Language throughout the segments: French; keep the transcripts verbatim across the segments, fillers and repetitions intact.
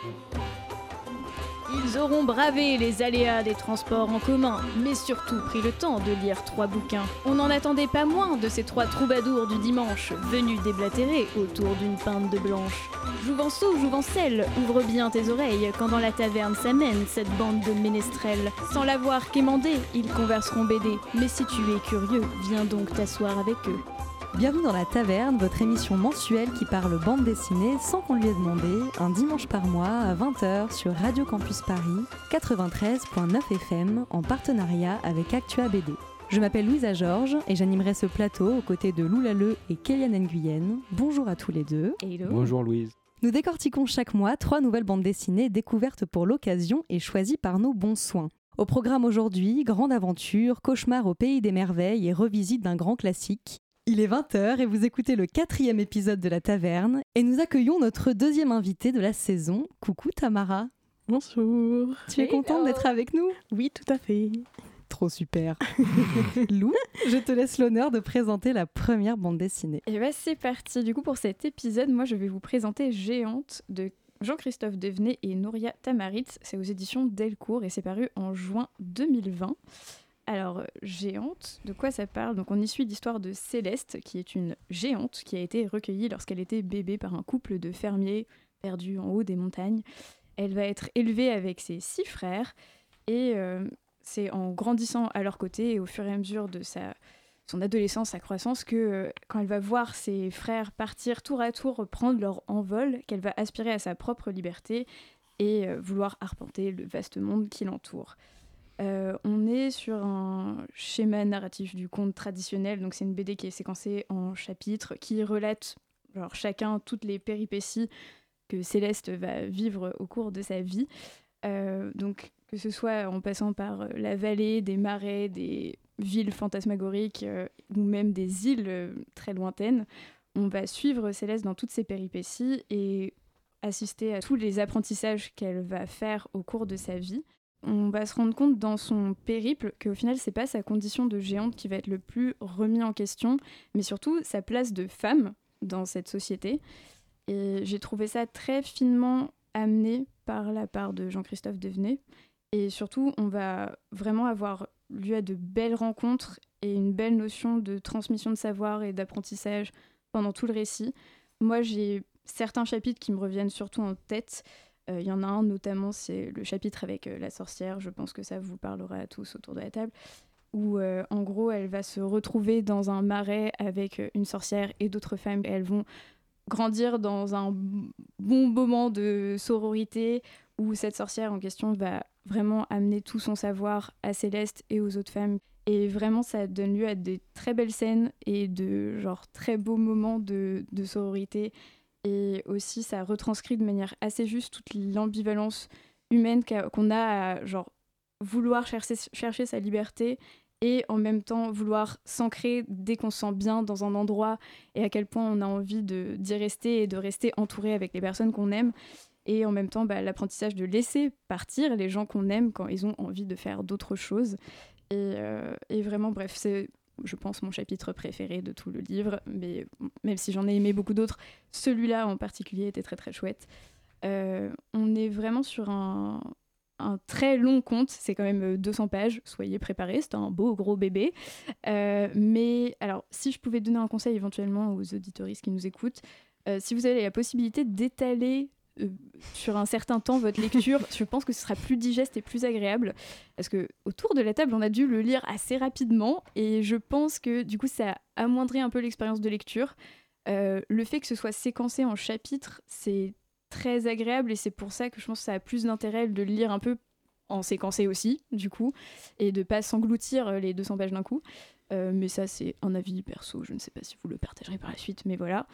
Ils auront bravé les aléas des transports en commun, mais surtout pris le temps de lire trois bouquins. On n'en attendait pas moins de ces trois troubadours du dimanche, venus déblatérer autour d'une pinte de blanche. Jouvenceau, jouvencelle, ouvre bien tes oreilles quand dans la taverne s'amène cette bande de ménestrels. Sans l'avoir quémandé, ils converseront B D, mais si tu es curieux, viens donc t'asseoir avec eux. Bienvenue dans La Taverne, votre émission mensuelle qui parle bande dessinée sans qu'on lui ait demandé, un dimanche par mois à vingt heures sur Radio Campus Paris, quatre-vingt-treize virgule neuf F M, en partenariat avec Actua B D. Je m'appelle Louisa Georges et j'animerai ce plateau aux côtés de Lou Lalleux et Kéliane Nguyen. Bonjour à tous les deux. Hello. Bonjour Louise. Nous décortiquons chaque mois trois nouvelles bandes dessinées découvertes pour l'occasion et choisies par nos bons soins. Au programme aujourd'hui, grande aventure, cauchemar au pays des merveilles et revisite d'un grand classique. Il est vingt heures et vous écoutez le quatrième épisode de La Taverne et nous accueillons notre deuxième invité de la saison. Coucou Tamara. Bonjour. Tu es Hello. contente d'être avec nous ? Oui, tout à fait. Trop super. Lou, je te laisse l'honneur de présenter la première bande dessinée. Et bah c'est parti, du coup pour cet épisode, moi je vais vous présenter Géante de Jean-Christophe Devenay et Nouria Tamarit. C'est aux éditions Delcourt et c'est paru en juin deux mille vingt. Alors, Géante, de quoi ça parle ? Donc, on y suit l'histoire de Céleste, qui est une géante qui a été recueillie lorsqu'elle était bébé par un couple de fermiers perdus en haut des montagnes. Elle va être élevée avec ses six frères et euh, c'est en grandissant à leur côté et au fur et à mesure de sa, son adolescence, sa croissance, que euh, quand elle va voir ses frères partir tour à tour prendre leur envol, qu'elle va aspirer à sa propre liberté et euh, vouloir arpenter le vaste monde qui l'entoure. Euh, on est sur un schéma narratif du conte traditionnel, donc c'est une B D qui est séquencée en chapitres, qui relate genre, chacun toutes les péripéties que Céleste va vivre au cours de sa vie. Euh, donc que ce soit en passant par la vallée, des marais, des villes fantasmagoriques euh, ou même des îles euh, très lointaines, on va suivre Céleste dans toutes ses péripéties et assister à tous les apprentissages qu'elle va faire au cours de sa vie. On va se rendre compte dans son périple qu'au final, c'est pas sa condition de géante qui va être le plus remis en question, mais surtout sa place de femme dans cette société. Et j'ai trouvé ça très finement amené par la part de Jean-Christophe Devenay. Et surtout, on va vraiment avoir lieu à de belles rencontres et une belle notion de transmission de savoir et d'apprentissage pendant tout le récit. Moi, j'ai certains chapitres qui me reviennent surtout en tête. Il euh, y en a un notamment, c'est le chapitre avec euh, la sorcière, je pense que ça vous parlera à tous autour de la table, où euh, en gros elle va se retrouver dans un marais avec euh, une sorcière et d'autres femmes, et elles vont grandir dans un bon moment de sororité, où cette sorcière en question va vraiment amener tout son savoir à Céleste et aux autres femmes, et vraiment ça donne lieu à des très belles scènes et de genre très beaux moments de, de sororité. Et aussi, ça retranscrit de manière assez juste toute l'ambivalence humaine qu'a, qu'on a à genre, vouloir chercher, chercher sa liberté et en même temps vouloir s'ancrer dès qu'on se sent bien dans un endroit et à quel point on a envie de, d'y rester et de rester entouré avec les personnes qu'on aime. Et en même temps, bah, l'apprentissage de laisser partir les gens qu'on aime quand ils ont envie de faire d'autres choses. Et, euh, et vraiment, bref, c'est... je pense, mon chapitre préféré de tout le livre, mais même si j'en ai aimé beaucoup d'autres, celui-là en particulier était très très chouette. Euh, on est vraiment sur un, un très long conte, c'est quand même deux cents pages, soyez préparés, c'est un beau gros bébé. Euh, mais alors, si je pouvais donner un conseil éventuellement aux auditoristes qui nous écoutent, euh, si vous avez la possibilité d'étaler euh, sur un certain temps votre lecture, je pense que ce sera plus digeste et plus agréable, parce que autour de la table on a dû le lire assez rapidement et je pense que du coup ça amoindrit un peu l'expérience de lecture. Euh, le fait que ce soit séquencé en chapitres, c'est très agréable et c'est pour ça que je pense que ça a plus d'intérêt de le lire un peu en séquencé aussi du coup et de pas s'engloutir les deux cents pages d'un coup. Euh, mais ça c'est un avis perso, je ne sais pas si vous le partagerez par la suite, mais voilà.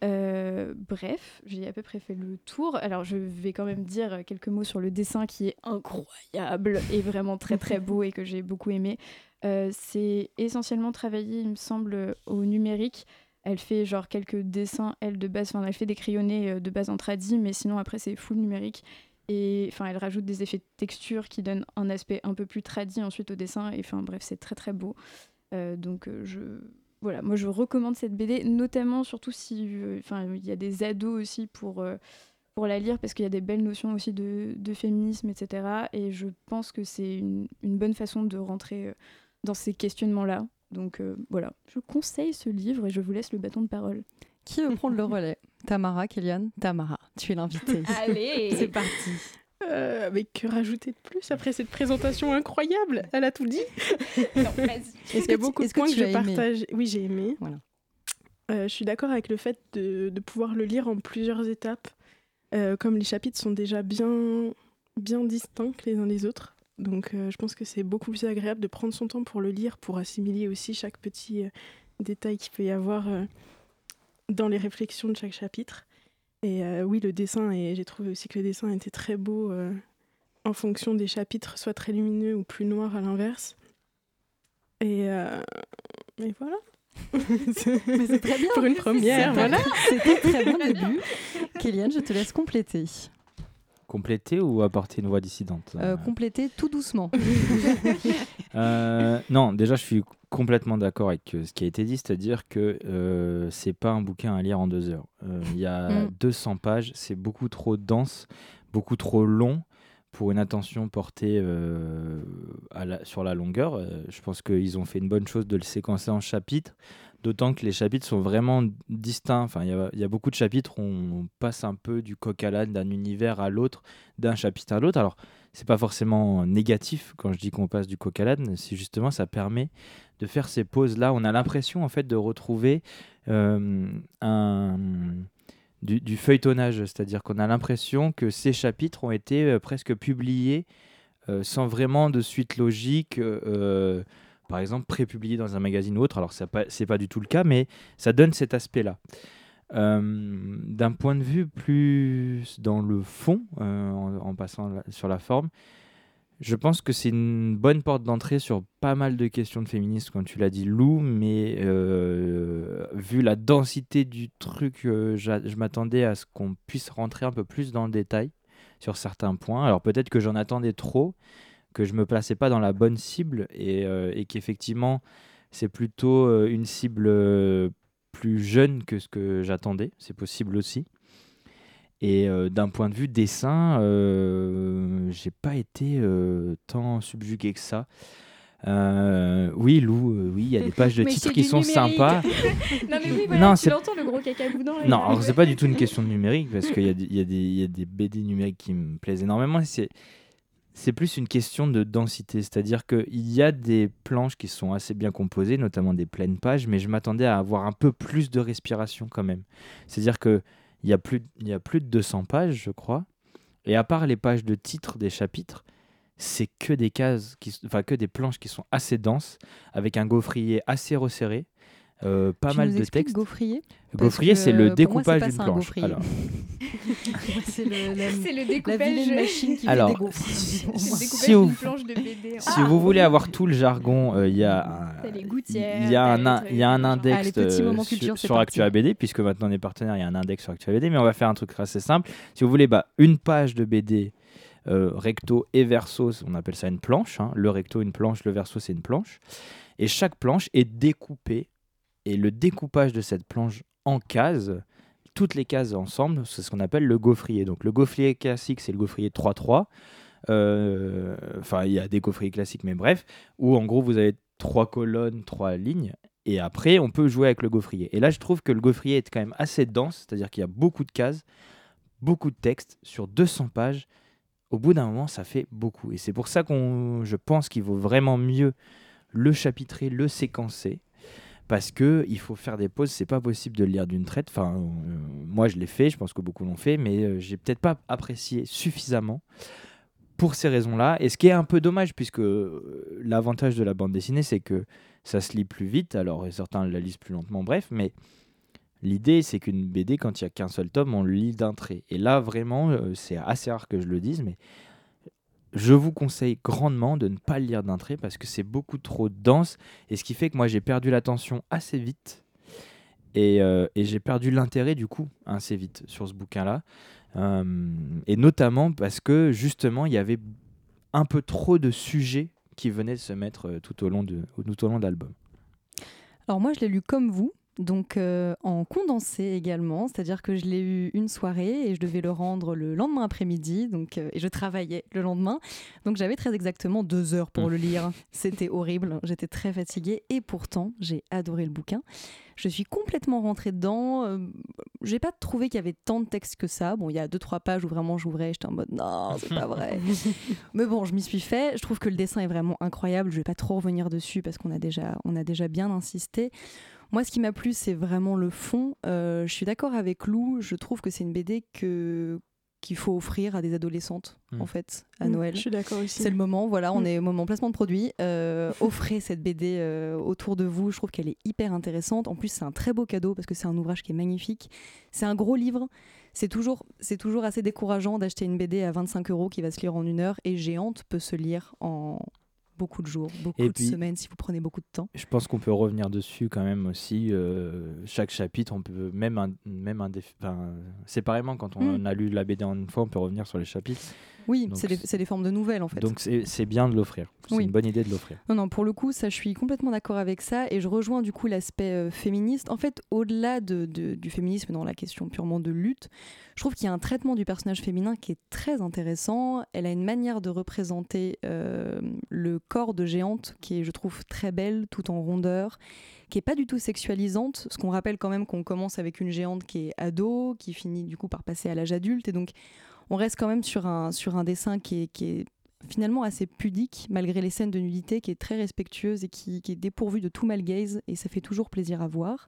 Euh, bref, j'ai à peu près fait le tour. Alors je vais quand même dire quelques mots sur le dessin qui est incroyable et vraiment très très beau et que j'ai beaucoup aimé. Euh, c'est essentiellement travaillé, il me semble, au numérique. Elle fait genre quelques dessins, elle de base, enfin elle fait des crayonnés de base en tradi, mais sinon après c'est full numérique. Et enfin elle rajoute des effets de texture qui donnent un aspect un peu plus tradi ensuite au dessin. Et enfin bref, c'est très très beau. Euh, donc euh, je... Voilà, moi je recommande cette B D, notamment surtout si, enfin, euh, il y a des ados aussi pour, euh, pour la lire parce qu'il y a des belles notions aussi de, de féminisme, et cetera. Et je pense que c'est une, une bonne façon de rentrer euh, dans ces questionnements-là. Donc euh, voilà, je conseille ce livre et je vous laisse le bâton de parole. Qui veut prendre le relais? Tamara, Kéliane? Tamara, tu es l'invitée. Allez, c'est parti. Euh, avec que rajouter de plus après cette présentation incroyable? Elle a tout dit. Non, vas-y. Est-ce Il y que a tu- beaucoup est-ce de points que que, tu je as aimé? partage. Oui, j'ai aimé. Voilà. Euh, je suis d'accord avec le fait de, de pouvoir le lire en plusieurs étapes, euh, comme les chapitres sont déjà bien, bien distincts les uns des autres. Donc euh, je pense que c'est beaucoup plus agréable de prendre son temps pour le lire, pour assimiler aussi chaque petit euh, détail qu'il peut y avoir euh, dans les réflexions de chaque chapitre. Et euh, oui, le dessin, et j'ai trouvé aussi que le dessin était très beau euh, en fonction des chapitres, soit très lumineux ou plus noir à l'inverse. Et, euh, et voilà. Mais c'est très bien. Pour une première, C'était- voilà. C'était très bon début. Kéliane, je te laisse compléter. Compléter ou apporter une voix dissidente Euh, compléter tout doucement. Euh, non, déjà, je suis complètement d'accord avec euh, ce qui a été dit, c'est-à-dire que euh, c'est pas un bouquin à lire en deux heures. Euh, Il y a Mm. deux cents pages, c'est beaucoup trop dense, beaucoup trop long pour une attention portée euh, à la- sur la longueur. Euh, je pense qu'ils ont fait une bonne chose de le séquencer en chapitres, d'autant que les chapitres sont vraiment distincts. Enfin, il y a- il y, a beaucoup de chapitres où on passe un peu du coq à l'âne d'un univers à l'autre, d'un chapitre à l'autre. Alors, c'est pas forcément négatif quand je dis qu'on passe du coq à l'âne, c'est justement ça permet de faire ces pauses-là. On a l'impression en fait de retrouver euh, un, du, du feuilletonnage, c'est-à-dire qu'on a l'impression que ces chapitres ont été euh, presque publiés euh, sans vraiment de suite logique, euh, par exemple prépubliés dans un magazine ou autre. Alors ça pas, c'est pas du tout le cas, mais ça donne cet aspect-là. Euh, d'un point de vue plus dans le fond, euh, en, en passant la- sur la forme, je pense que c'est une bonne porte d'entrée sur pas mal de questions de féminisme, comme tu l'as dit, Lou, mais euh, vu la densité du truc, euh, j'a- je m'attendais à ce qu'on puisse rentrer un peu plus dans le détail sur certains points. Alors peut-être que j'en attendais trop, que je me plaçais pas dans la bonne cible et, euh, et qu'effectivement c'est plutôt euh, une cible euh, plus jeune que ce que j'attendais, c'est possible aussi. Et euh, d'un point de vue dessin, euh, j'ai pas été euh, tant subjugué que ça. Euh, oui, Lou, euh, oui, il y a des pages de Mais titres c'est qui du sont numérique. sympas. Non mais oui, voilà, Non, tu c'est- l'entends le gros caca boudin. là, Non, il alors arrive. c'est pas du tout une question de numérique parce qu'il y a des, il y a des, il y a des B D numériques qui me plaisent énormément. C'est, c'est plus une question de densité, c'est-à-dire qu'il y a des planches qui sont assez bien composées, notamment des pleines pages, mais je m'attendais à avoir un peu plus de respiration quand même. C'est-à-dire que il y a plus, il y a plus de deux cents pages, je crois, et à part les pages de titres des chapitres, c'est que des cases, qui, s- enfin que des planches qui sont assez denses, avec un gaufrier assez resserré, euh, pas tu mal nous de expliques textes. gaufrier? Gaufrier, Parce c'est que, le pour moi, découpage c'est pas d'une ça, un planche. gaufrier. Alors, C'est le, la, C'est le la découpage. vilaine machine qui Alors, fait des gaufres. si- Pour C'est moi. le découpage Si vous- d'une planche de B D. hein. si vous voulez avoir tout le jargon, euh, il y a un, T'as les gouttières, il y a t'as un, les in- trucs, il y a un machin. index Allez, petit euh, moment sur, culture, c'est sur parti. Actua B D, puisque maintenant on est partenaire, il y a un index sur Actua B D, mais on va faire un truc assez simple. Si vous voulez, bah, une page de B D euh, recto et verso, on appelle ça une planche. hein. Le recto, une planche, le verso, c'est une planche. Et chaque planche est découpée. Et le découpage de cette planche en cases, toutes les cases ensemble, c'est ce qu'on appelle le gaufrier. Donc le gaufrier classique, c'est le gaufrier trois trois. Euh, Enfin, il y a des gaufriers classiques, mais bref, où en gros vous avez trois colonnes, trois lignes. Et après, on peut jouer avec le gaufrier. Et là, je trouve que le gaufrier est quand même assez dense, c'est-à-dire qu'il y a beaucoup de cases, beaucoup de texte sur deux cents pages. Au bout d'un moment, ça fait beaucoup. Et c'est pour ça qu'on, je pense qu'il vaut vraiment mieux le chapitrer, le séquencer. Parce qu'il faut faire des pauses, c'est pas possible de le lire d'une traite. Enfin, euh, moi, je l'ai fait, je pense que beaucoup l'ont fait, mais euh, j'ai peut-être pas apprécié suffisamment pour ces raisons-là. Et ce qui est un peu dommage, puisque euh, l'avantage de la bande dessinée, c'est que ça se lit plus vite. Alors, certains la lisent plus lentement, bref, mais l'idée, c'est qu'une B D, quand il n'y a qu'un seul tome, on le lit d'un trait. Et là, vraiment, euh, c'est assez rare que je le dise, mais je vous conseille grandement de ne pas le lire d'un trait parce que c'est beaucoup trop dense. Et ce qui fait que moi, j'ai perdu l'attention assez vite. Et, euh, et j'ai perdu l'intérêt, du coup, assez vite sur ce bouquin-là. Euh, et notamment parce que, justement, il y avait un peu trop de sujets qui venaient de se mettre euh, tout au long de, tout au long de l'album. Alors moi, je l'ai lu comme vous. donc euh, en condensé également, c'est-à-dire que je l'ai eu une soirée et je devais le rendre le lendemain après-midi, donc, euh, et je travaillais le lendemain, donc j'avais très exactement deux heures pour mmh. le lire. C'était horrible, j'étais très fatiguée et pourtant j'ai adoré le bouquin. Je suis complètement rentrée dedans, euh, j'ai pas trouvé qu'il y avait tant de texte que ça. Bon, il y a deux trois pages où vraiment j'ouvrais, j'étais en mode non, c'est pas vrai. Mais bon, je m'y suis fait. Je trouve que le dessin est vraiment incroyable. Je vais pas trop revenir dessus parce qu'on a déjà, on a déjà bien insisté. Moi, ce qui m'a plu, c'est vraiment le fond. Euh, je suis d'accord avec Lou. Je trouve que c'est une B D que qu'il faut offrir à des adolescentes, mmh. en fait, à mmh, Noël. Je suis d'accord aussi. C'est le moment, voilà, on mmh. est au moment placement de produit. Euh, offrez cette B D euh, autour de vous. Je trouve qu'elle est hyper intéressante. En plus, c'est un très beau cadeau parce que c'est un ouvrage qui est magnifique. C'est un gros livre. C'est toujours, c'est toujours assez décourageant d'acheter une B D à vingt-cinq euros qui va se lire en une heure. Et Géante peut se lire en beaucoup de jours, beaucoup et de puis, semaines si vous prenez beaucoup de temps. Je pense qu'on peut revenir dessus quand même aussi. Euh, chaque chapitre, on peut même un, même un déf... enfin, séparément quand on mmh. a lu la B D en une fois, on peut revenir sur les chapitres. Oui, donc, c'est, des, c'est des formes de nouvelles en fait. Donc c'est, c'est bien de l'offrir. C'est oui. une bonne idée de l'offrir. Non, non, pour le coup, ça, je suis complètement d'accord avec ça et je rejoins du coup l'aspect euh, féministe. En fait, au-delà de, de, du féminisme dans la question purement de lutte, je trouve qu'il y a un traitement du personnage féminin qui est très intéressant. Elle a une manière de représenter euh, le corps de Géante qui est, je trouve, très belle, tout en rondeur, qui est pas du tout sexualisante. Ce qu'on rappelle quand même qu'on commence avec une Géante qui est ado, qui finit du coup par passer à l'âge adulte et donc on reste quand même sur un, sur un dessin qui est, qui est finalement assez pudique, malgré les scènes de nudité, qui est très respectueuse et qui, qui est dépourvue de tout mal gaze, et ça fait toujours plaisir à voir.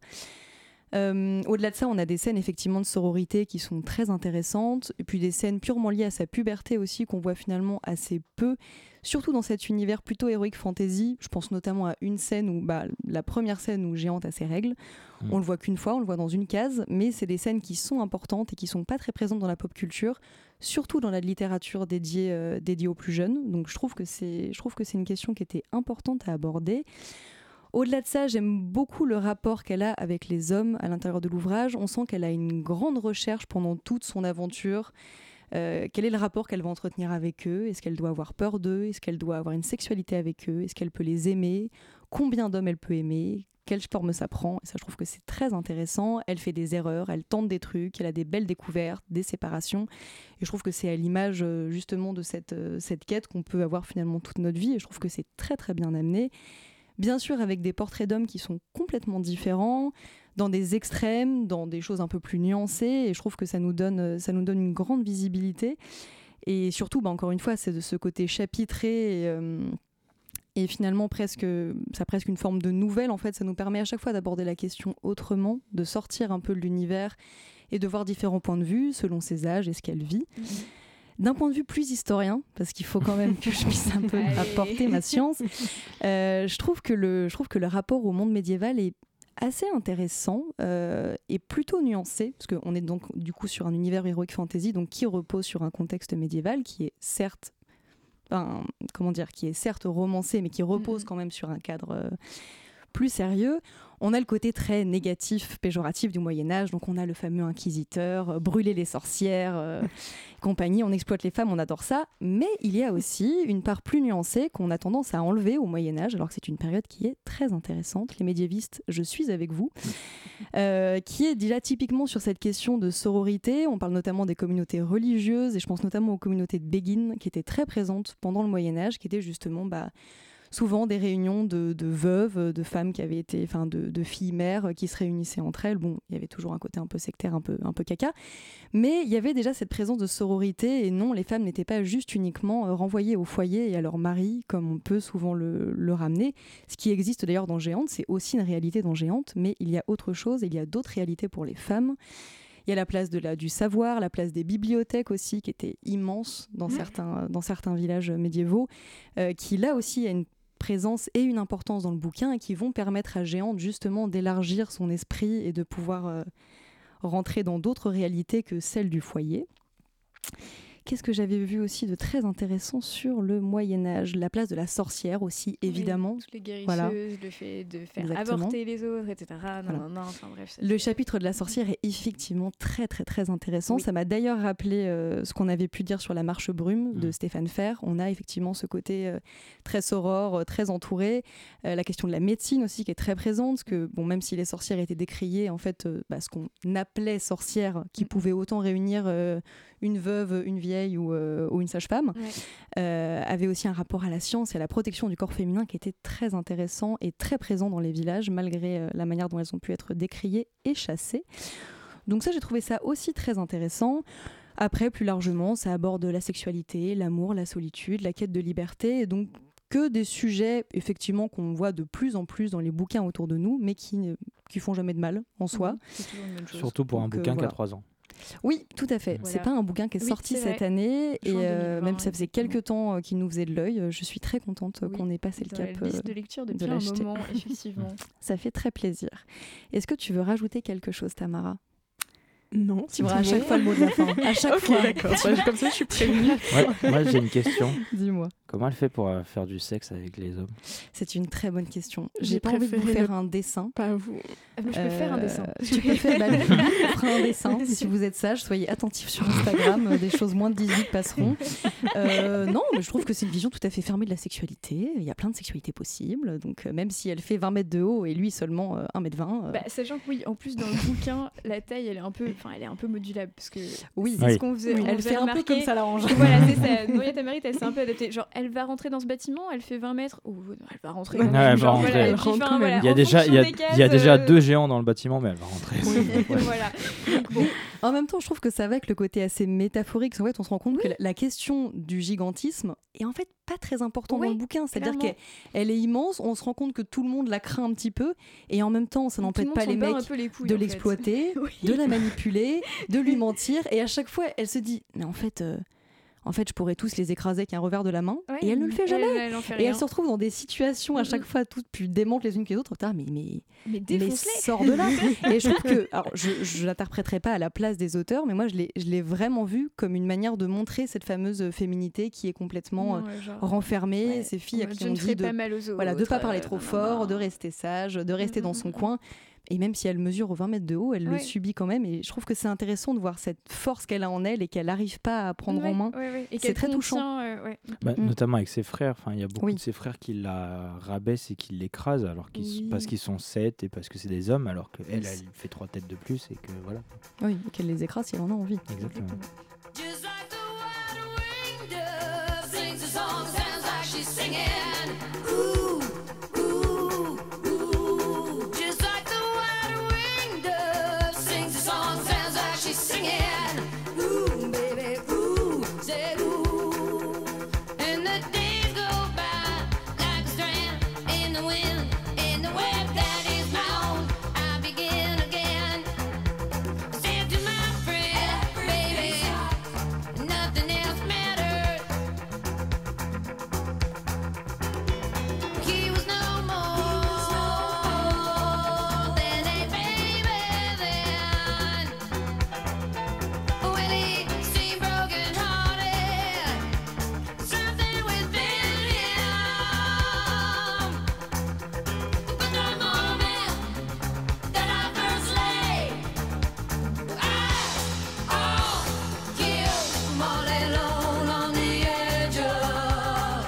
Euh, au-delà de ça, on a des scènes effectivement de sororité qui sont très intéressantes, et puis des scènes purement liées à sa puberté aussi, qu'on voit finalement assez peu, surtout dans cet univers plutôt héroïque fantasy. Je pense notamment à une scène où, bah, la première scène où Géante a ses règles, mmh. on le voit qu'une fois, on le voit dans une case, mais c'est des scènes qui sont importantes et qui sont pas très présentes dans la pop culture, surtout dans la littérature dédiée, euh, dédiée aux plus jeunes. Donc je trouve que c'est, je trouve que c'est une question qui était importante à aborder. Au-delà de ça, j'aime beaucoup le rapport qu'elle a avec les hommes à l'intérieur de l'ouvrage. On sent qu'elle a une grande recherche pendant toute son aventure. Euh, quel est le rapport qu'elle va entretenir avec eux ? Est-ce qu'elle doit avoir peur d'eux ? Est-ce qu'elle doit avoir une sexualité avec eux ? Est-ce qu'elle peut les aimer ? Combien d'hommes elle peut aimer ? Quelle forme ça prend ? Et ça, je trouve que c'est très intéressant. Elle fait des erreurs, elle tente des trucs, elle a des belles découvertes, des séparations. Et je trouve que c'est à l'image justement de cette, cette quête qu'on peut avoir finalement toute notre vie. Et je trouve que c'est très très bien amené. Bien sûr, avec des portraits d'hommes qui sont complètement différents, dans des extrêmes, dans des choses un peu plus nuancées. Et je trouve que ça nous donne, ça nous donne une grande visibilité. Et surtout, bah, encore une fois, c'est de ce côté chapitré et, euh, et finalement presque, ça a presque une forme de nouvelle. En fait, ça nous permet à chaque fois d'aborder la question autrement, de sortir un peu de l'univers et de voir différents points de vue selon ses âges et ce qu'elle vit. Mmh. D'un point de vue plus historien, parce qu'il faut quand même que je puisse un peu apporter ma science, euh, je trouve que le, je trouve que le rapport au monde médiéval est assez intéressant euh, et plutôt nuancé, parce qu'on est donc du coup sur un univers heroic fantasy, donc qui repose sur un contexte médiéval qui est certes, enfin, comment dire, qui est certes romancé, mais qui repose quand même sur un cadre euh, plus sérieux. On a le côté très négatif, péjoratif du Moyen-Âge, donc on a le fameux inquisiteur, euh, brûler les sorcières, euh, compagnie, on exploite les femmes, on adore ça, mais il y a aussi une part plus nuancée qu'on a tendance à enlever au Moyen-Âge, alors que c'est une période qui est très intéressante. Les médiévistes, je suis avec vous, euh, qui est déjà typiquement sur cette question de sororité. On parle notamment des communautés religieuses, et je pense notamment aux communautés de Béguines, qui étaient très présentes pendant le Moyen-Âge, qui étaient justement... Bah, souvent des réunions de, de veuves, de femmes qui avaient été, enfin de, de filles mères qui se réunissaient entre elles. Bon, il y avait toujours un côté un peu sectaire, un peu, un peu caca, mais il y avait déjà cette présence de sororité et non, les femmes n'étaient pas juste uniquement renvoyées au foyer et à leur mari, comme on peut souvent le, le ramener. Ce qui existe d'ailleurs dans Géante, c'est aussi une réalité dans Géante, mais il y a autre chose, il y a d'autres réalités pour les femmes. Il y a la place de la, du savoir, la place des bibliothèques aussi, qui était immense dans, mmh. certains, dans certains villages médiévaux, euh, qui là aussi a une présence et une importance dans le bouquin et qui vont permettre à Géante justement d'élargir son esprit et de pouvoir euh, rentrer dans d'autres réalités que celles du foyer. Qu'est-ce que j'avais vu aussi de très intéressant sur le Moyen-Âge ? La place de la sorcière aussi, évidemment. Oui, toutes les guérisseuses, Voilà. le fait de faire Exactement. avorter les autres, et cetera. Non, Voilà. non, non, enfin bref. Le chapitre de la sorcière est effectivement très très très intéressant. Oui. Ça m'a d'ailleurs rappelé euh, ce qu'on avait pu dire sur la marche brume de Mmh. Stéphane Fer. On a effectivement ce côté euh, très soror, euh, très entouré. Euh, la question de la médecine aussi qui est très présente, parce que bon, même si les sorcières étaient décriées, en fait, euh, bah, ce qu'on appelait sorcières, qui Mm. pouvaient autant réunir euh, une veuve, une vieille ou, euh, ou une sage-femme, Ouais. euh, avait aussi un rapport à la science et à la protection du corps féminin qui était très intéressant et très présent dans les villages, malgré euh, la manière dont elles ont pu être décriées et chassées. Donc ça, j'ai trouvé ça aussi très intéressant. Après, plus largement, ça aborde la sexualité, l'amour, la solitude, la quête de liberté, et donc que des sujets, effectivement, qu'on voit de plus en plus dans les bouquins autour de nous, mais qui ne qui font jamais de mal en soi. Mhm. C'est toujours une bonne chose. Surtout pour Donc, un euh, bouquin qui voilà. a trois ans. Oui, tout à fait. Voilà. C'est pas un bouquin qui est Oui, sorti c'est cette vrai. année, et Juin euh, deux mille vingt, même si ça faisait exactement. quelques temps euh, qu'il nous faisait de l'œil, euh, je suis très contente euh, Oui, qu'on ait passé le Dans cap. la euh, liste de lecture de depuis un l'acheter. moment, effectivement. Ça fait très plaisir. Est-ce que tu veux rajouter quelque chose, Tamara ? Non, Tu auras à chaque fois le mot de la fin. À chaque Ok, fois. d'accord. Bah, comme ça, je suis prévenue. Ouais, moi, j'ai une question. Dis-moi. Comment elle fait pour euh, faire du sexe avec les hommes ? C'est une très bonne question. J'ai J'ai pas envie de vous préféré faire le- un dessin. Pas vous. Ah, mais je peux faire un Euh, dessin. Tu peux faire bah, on fera un dessin. Si vous êtes sage, soyez attentifs sur Instagram. euh, Des choses moins de dix-huit passeront. Euh, non, mais je trouve que c'est une vision tout à fait fermée de la sexualité. Il y a plein de sexualités possibles. Donc, euh, même si elle fait vingt mètres de haut et lui seulement euh, un mètre vingt. euh, Bah, sachant que oui, en plus dans le bouquin, la taille elle est un peu, enfin elle est un peu modulable parce que oui, c'est Oui. ce qu'on faisait. Oui, on elle faisait fait un peu remarquer- comme ça l'arrange. Voilà, c'est ça. Noria Tamarit, elle s'est un peu adaptée. Genre, elle va rentrer dans ce bâtiment, elle fait vingt mètres. Ou non, elle va rentrer. Ouais, quand même. elle va Genre, rentrer. voilà, Elle et puis, rentre enfin, quand voilà, Il y a en déjà, il y a, fonction des il y a cases, déjà euh, deux géants dans le bâtiment, mais elle va rentrer. voilà. Donc, bon, En même temps, je trouve que ça va avec le côté assez métaphorique. En fait, on se rend compte Oui. que la, la question du gigantisme est en fait pas très importante Oui, dans le bouquin. C'est-à-dire clairement. qu'elle elle est immense, on se rend compte que tout le monde la craint un petit peu, et en même temps, ça tout le n'empêche monde pas s'en les bat mecs un peu les couilles, de en fait. l'exploiter, Oui. de la manipuler, de lui mentir, et à chaque fois, elle se dit, mais en fait, euh, en fait, je pourrais tous les écraser avec un revers de la main, Ouais, et elle ne le fait jamais. Elle, elle en fait Et rien. elle se retrouve dans des situations à Mhm. chaque fois toutes plus démentes les unes que les autres. Putain, mais, mais, Mais mais défonce-les. sors de là. Et je trouve que, alors je, je l'interpréterai pas à la place des auteurs, mais moi je l'ai, je l'ai vraiment vu comme une manière de montrer cette fameuse féminité qui est complètement Non, euh, ouais, genre, renfermée. ouais, Ces filles à en mode, qui je on ne dit ferai de, pas mal aux autres. voilà, de pas parler euh, trop non, non, fort, non. de rester sage, de rester Mhm, dans son mhm, coin. Et même si elle mesure vingt mètres de haut, elle le Ouais. subit quand même. Et je trouve que c'est intéressant de voir cette force qu'elle a en elle et qu'elle n'arrive pas à prendre Ouais, en main. ouais, ouais. Et C'est qu'elle très touchant. contient, euh, ouais. Bah, Mm. Notamment avec ses frères. Enfin, il y a beaucoup Oui. de ses frères qui la rabaissent et qui l'écrasent alors qu'ils Oui. parce qu'ils sont sept et parce que c'est des hommes, alors qu'elle, Oui. elle fait trois têtes de plus et que voilà. Oui, et qu'elle les écrase si elle en a envie. Exactement. Just like the wide-winged dove sings a song, sounds like she's singing. Ooh, ooh, ooh. Just like the wide-winged dove sings a song, sounds like she's singing. Ooh, baby, ooh, say ooh. And the days go by like a strand in the wind, in the web that is my own. I begin again. Said to my friend, baby, nothing else matters. He was no more than a baby then. Well, he seemed broken hearted, something within him. But the moment that I first laid oh, you, I'm all alone on the edge of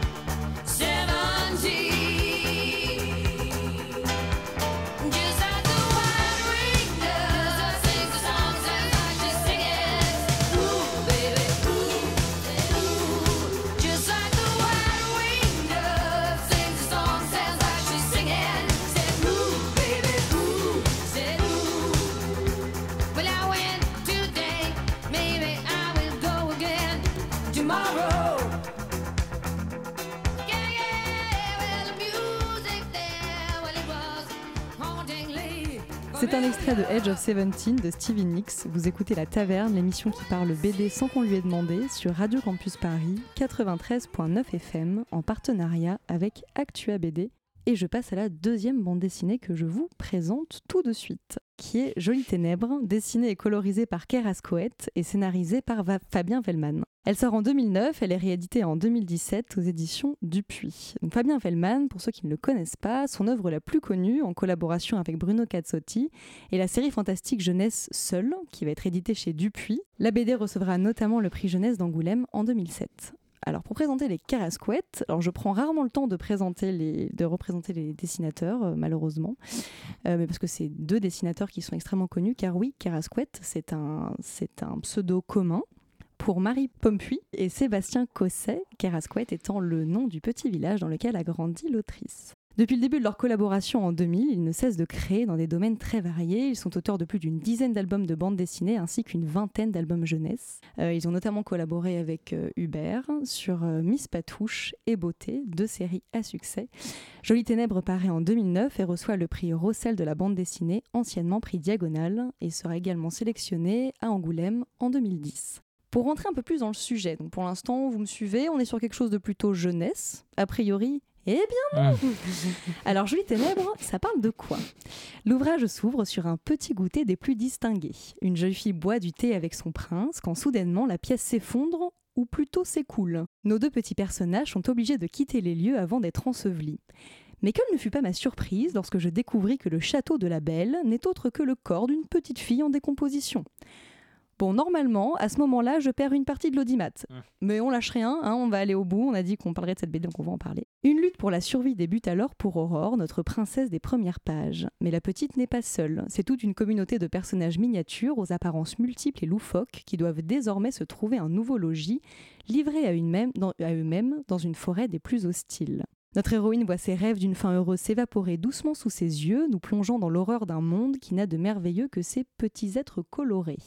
seventeen. Just like the wide-winged dove sings a song, sounds like she's singing. Ooh, baby, ooh, ooh. Just like the wide-winged dove sings a song, sounds like she's singing. Said ooh, baby, ooh, said ooh. Well, I went today, maybe I will go again tomorrow. Yeah, yeah, well, the music there, well, it was hauntingly. C'est un extrait de Edge of Seventeen de Stevie Nicks. Vous écoutez La Taverne, l'émission qui parle B D sans qu'on lui ait demandé, sur Radio Campus Paris, quatre-vingt-treize virgule neuf F M, en partenariat avec Actua B D et je passe à la deuxième bande dessinée que je vous présente tout de suite, qui est Jolies Ténèbres, dessinée et colorisée par Ker Ascoët et scénarisée par Va- Fabien Vellman. Elle sort en deux mille neuf, elle est rééditée en deux mille dix-sept aux éditions Dupuis. Donc Fabien Vellman, pour ceux qui ne le connaissent pas, son œuvre la plus connue, en collaboration avec Bruno Cazzotti, est la série fantastique jeunesse Seul, qui va être éditée chez Dupuis. La B D recevra notamment le prix jeunesse d'Angoulême en deux mille sept. Alors pour présenter les Ker Ascoët, alors je prends rarement le temps de, présenter les, de représenter les dessinateurs, euh, malheureusement, euh, mais parce que c'est deux dessinateurs qui sont extrêmement connus, car oui, Ker Ascoët, c'est un, c'est un pseudo commun pour Marie Pompuy et Sébastien Cosset, Ker Ascoët étant le nom du petit village dans lequel a grandi l'autrice. Depuis le début de leur collaboration en deux mille, ils ne cessent de créer dans des domaines très variés. Ils sont auteurs de plus d'une dizaine d'albums de bande dessinée ainsi qu'une vingtaine d'albums jeunesse. Euh, ils ont notamment collaboré avec euh, Hubert sur euh, Miss Patouche et Beauté, deux séries à succès. Jolies Ténèbres paraît en deux mille neuf et reçoit le prix Rossel de la bande dessinée, anciennement prix Diagonale, et sera également sélectionné à Angoulême en deux mille dix. Pour rentrer un peu plus dans le sujet, donc pour l'instant vous me suivez, on est sur quelque chose de plutôt jeunesse, a priori. Eh bien non. Alors Jolies Ténèbres, ça parle de quoi ? L'ouvrage s'ouvre sur un petit goûter des plus distingués. Une jeune fille boit du thé avec son prince quand soudainement la pièce s'effondre, ou plutôt s'écoule. Nos deux petits personnages sont obligés de quitter les lieux avant d'être ensevelis. Mais quelle ne fut pas ma surprise lorsque je découvris que le château de la Belle n'est autre que le corps d'une petite fille en décomposition. Bon, normalement, à ce moment-là, je perds une partie de l'audimat. Mmh. Mais on lâche rien, hein, on va aller au bout. On a dit qu'on parlerait de cette B D, donc on va en parler. Une lutte pour la survie débute alors pour Aurore, notre princesse des premières pages. Mais la petite n'est pas seule. C'est toute une communauté de personnages miniatures aux apparences multiples et loufoques qui doivent désormais se trouver un nouveau logis, livrés à, une même, dans, à eux-mêmes dans une forêt des plus hostiles. Notre héroïne voit ses rêves d'une fin heureuse s'évaporer doucement sous ses yeux, nous plongeant dans l'horreur d'un monde qui n'a de merveilleux que ses petits êtres colorés.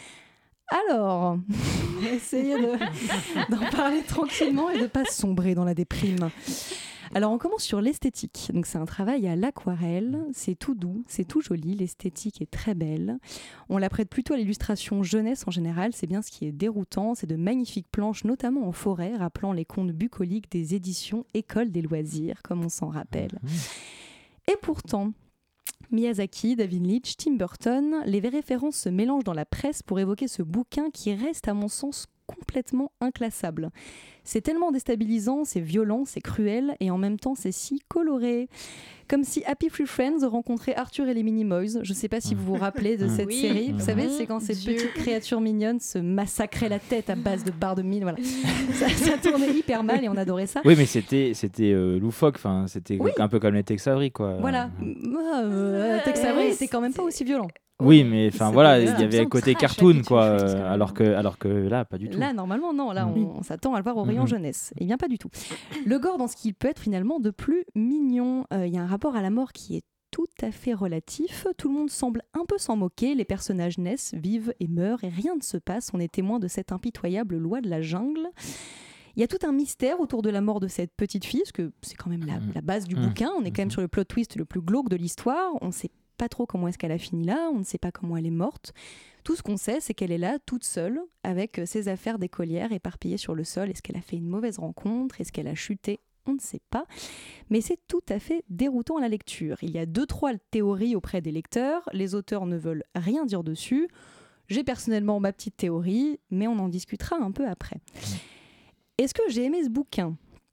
Alors, on va essayer de, d'en parler tranquillement et de ne pas sombrer dans la déprime. Alors, on commence sur l'esthétique. Donc, c'est un travail à l'aquarelle. C'est tout doux, c'est tout joli. L'esthétique est très belle. On la prête plutôt à l'illustration jeunesse en général. C'est bien ce qui est déroutant. C'est de magnifiques planches, notamment en forêt, rappelant les contes bucoliques des éditions École des loisirs, comme on s'en rappelle. Et pourtant, Miyazaki, David Leitch, Tim Burton, les références se mélangent dans la presse pour évoquer ce bouquin qui reste, à mon sens, complètement inclassable. C'est tellement déstabilisant, c'est violent, c'est cruel, et en même temps, c'est si coloré. Comme si Happy Free Friends rencontrait Arthur et les Minimoys. Je ne sais pas si vous vous rappelez de cette oui. série. Vous Mmh. savez, c'est quand ces Dieu. petites créatures mignonnes se massacraient la tête à base de barres de mille. Voilà. ça, ça tournait hyper mal et on adorait ça. Oui, mais c'était, c'était euh, loufoque, enfin, c'était Oui. un peu comme les Tex Avery, quoi. Voilà. Euh, Tex Avery, c'est quand même pas aussi violent. Oui, mais enfin C'était voilà, bien. il y avait le côté Trash, cartoon, Happy quoi, Tree Friends, euh, quand même. alors que, alors que là, pas du tout. Là, normalement, non. Là, Mhm. on, on s'attend à le voir au rayon Mhm. jeunesse. Eh bien, pas du tout. Le gore dans ce qu'il peut être finalement de plus mignon. Il euh, y a un rapport à la mort qui est tout à fait relatif. Tout le monde semble un peu s'en moquer. Les personnages naissent, vivent et meurent et rien ne se passe. On est témoin de cette impitoyable loi de la jungle. Il y a tout un mystère autour de la mort de cette petite fille, parce que c'est quand même la, la base du Mhm. bouquin. On est quand même Mhm. sur le plot twist le plus glauque de l'histoire. On ne sait pas trop comment est-ce qu'elle a fini là. On ne sait pas comment elle est morte. Tout ce qu'on sait, c'est qu'elle est là, toute seule, avec ses affaires d'écolière éparpillées sur le sol. Est-ce qu'elle a fait une mauvaise rencontre ? Est-ce qu'elle a chuté ? On ne sait pas. Mais c'est tout à fait déroutant à la lecture. Il y a deux, trois théories auprès des lecteurs. Les auteurs ne veulent rien dire dessus. J'ai personnellement ma petite théorie, mais on en discutera un peu après. Est-ce que j'ai aimé ce bouquin ?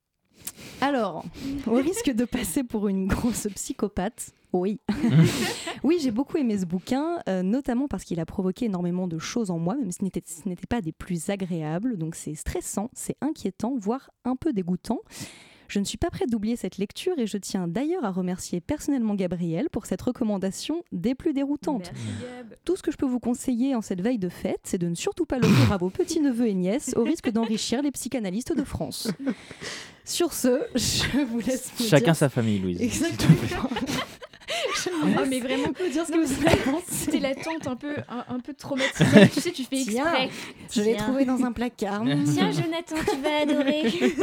Alors, au risque de passer pour une grosse psychopathe, oui. Oui, j'ai beaucoup aimé ce bouquin, euh, notamment parce qu'il a provoqué énormément de choses en moi, même si ce n'était, ce n'était pas des plus agréables. Donc c'est stressant, c'est inquiétant, voire un peu dégoûtant. Je ne suis pas prête d'oublier cette lecture et je tiens d'ailleurs à remercier personnellement Gabriel pour cette recommandation des plus déroutantes. Merci, Gab. Tout ce que je peux vous conseiller en cette veille de fête, c'est de ne surtout pas l'offrir à vos petits-neveux et nièces au risque d'enrichir les psychanalystes de France. Sur ce, je vous laisse me Chacun dire... sa famille, Louise. Exactement. Oh, mais vraiment, peut dire ce Non, que vous mais avez pensé. c'était la tante un peu, un, un peu traumatisée. Tu sais, tu fais Tiens, exprès. Je l'ai Tiens. trouvé dans un placard. Tiens, Jonathan, tu vas adorer.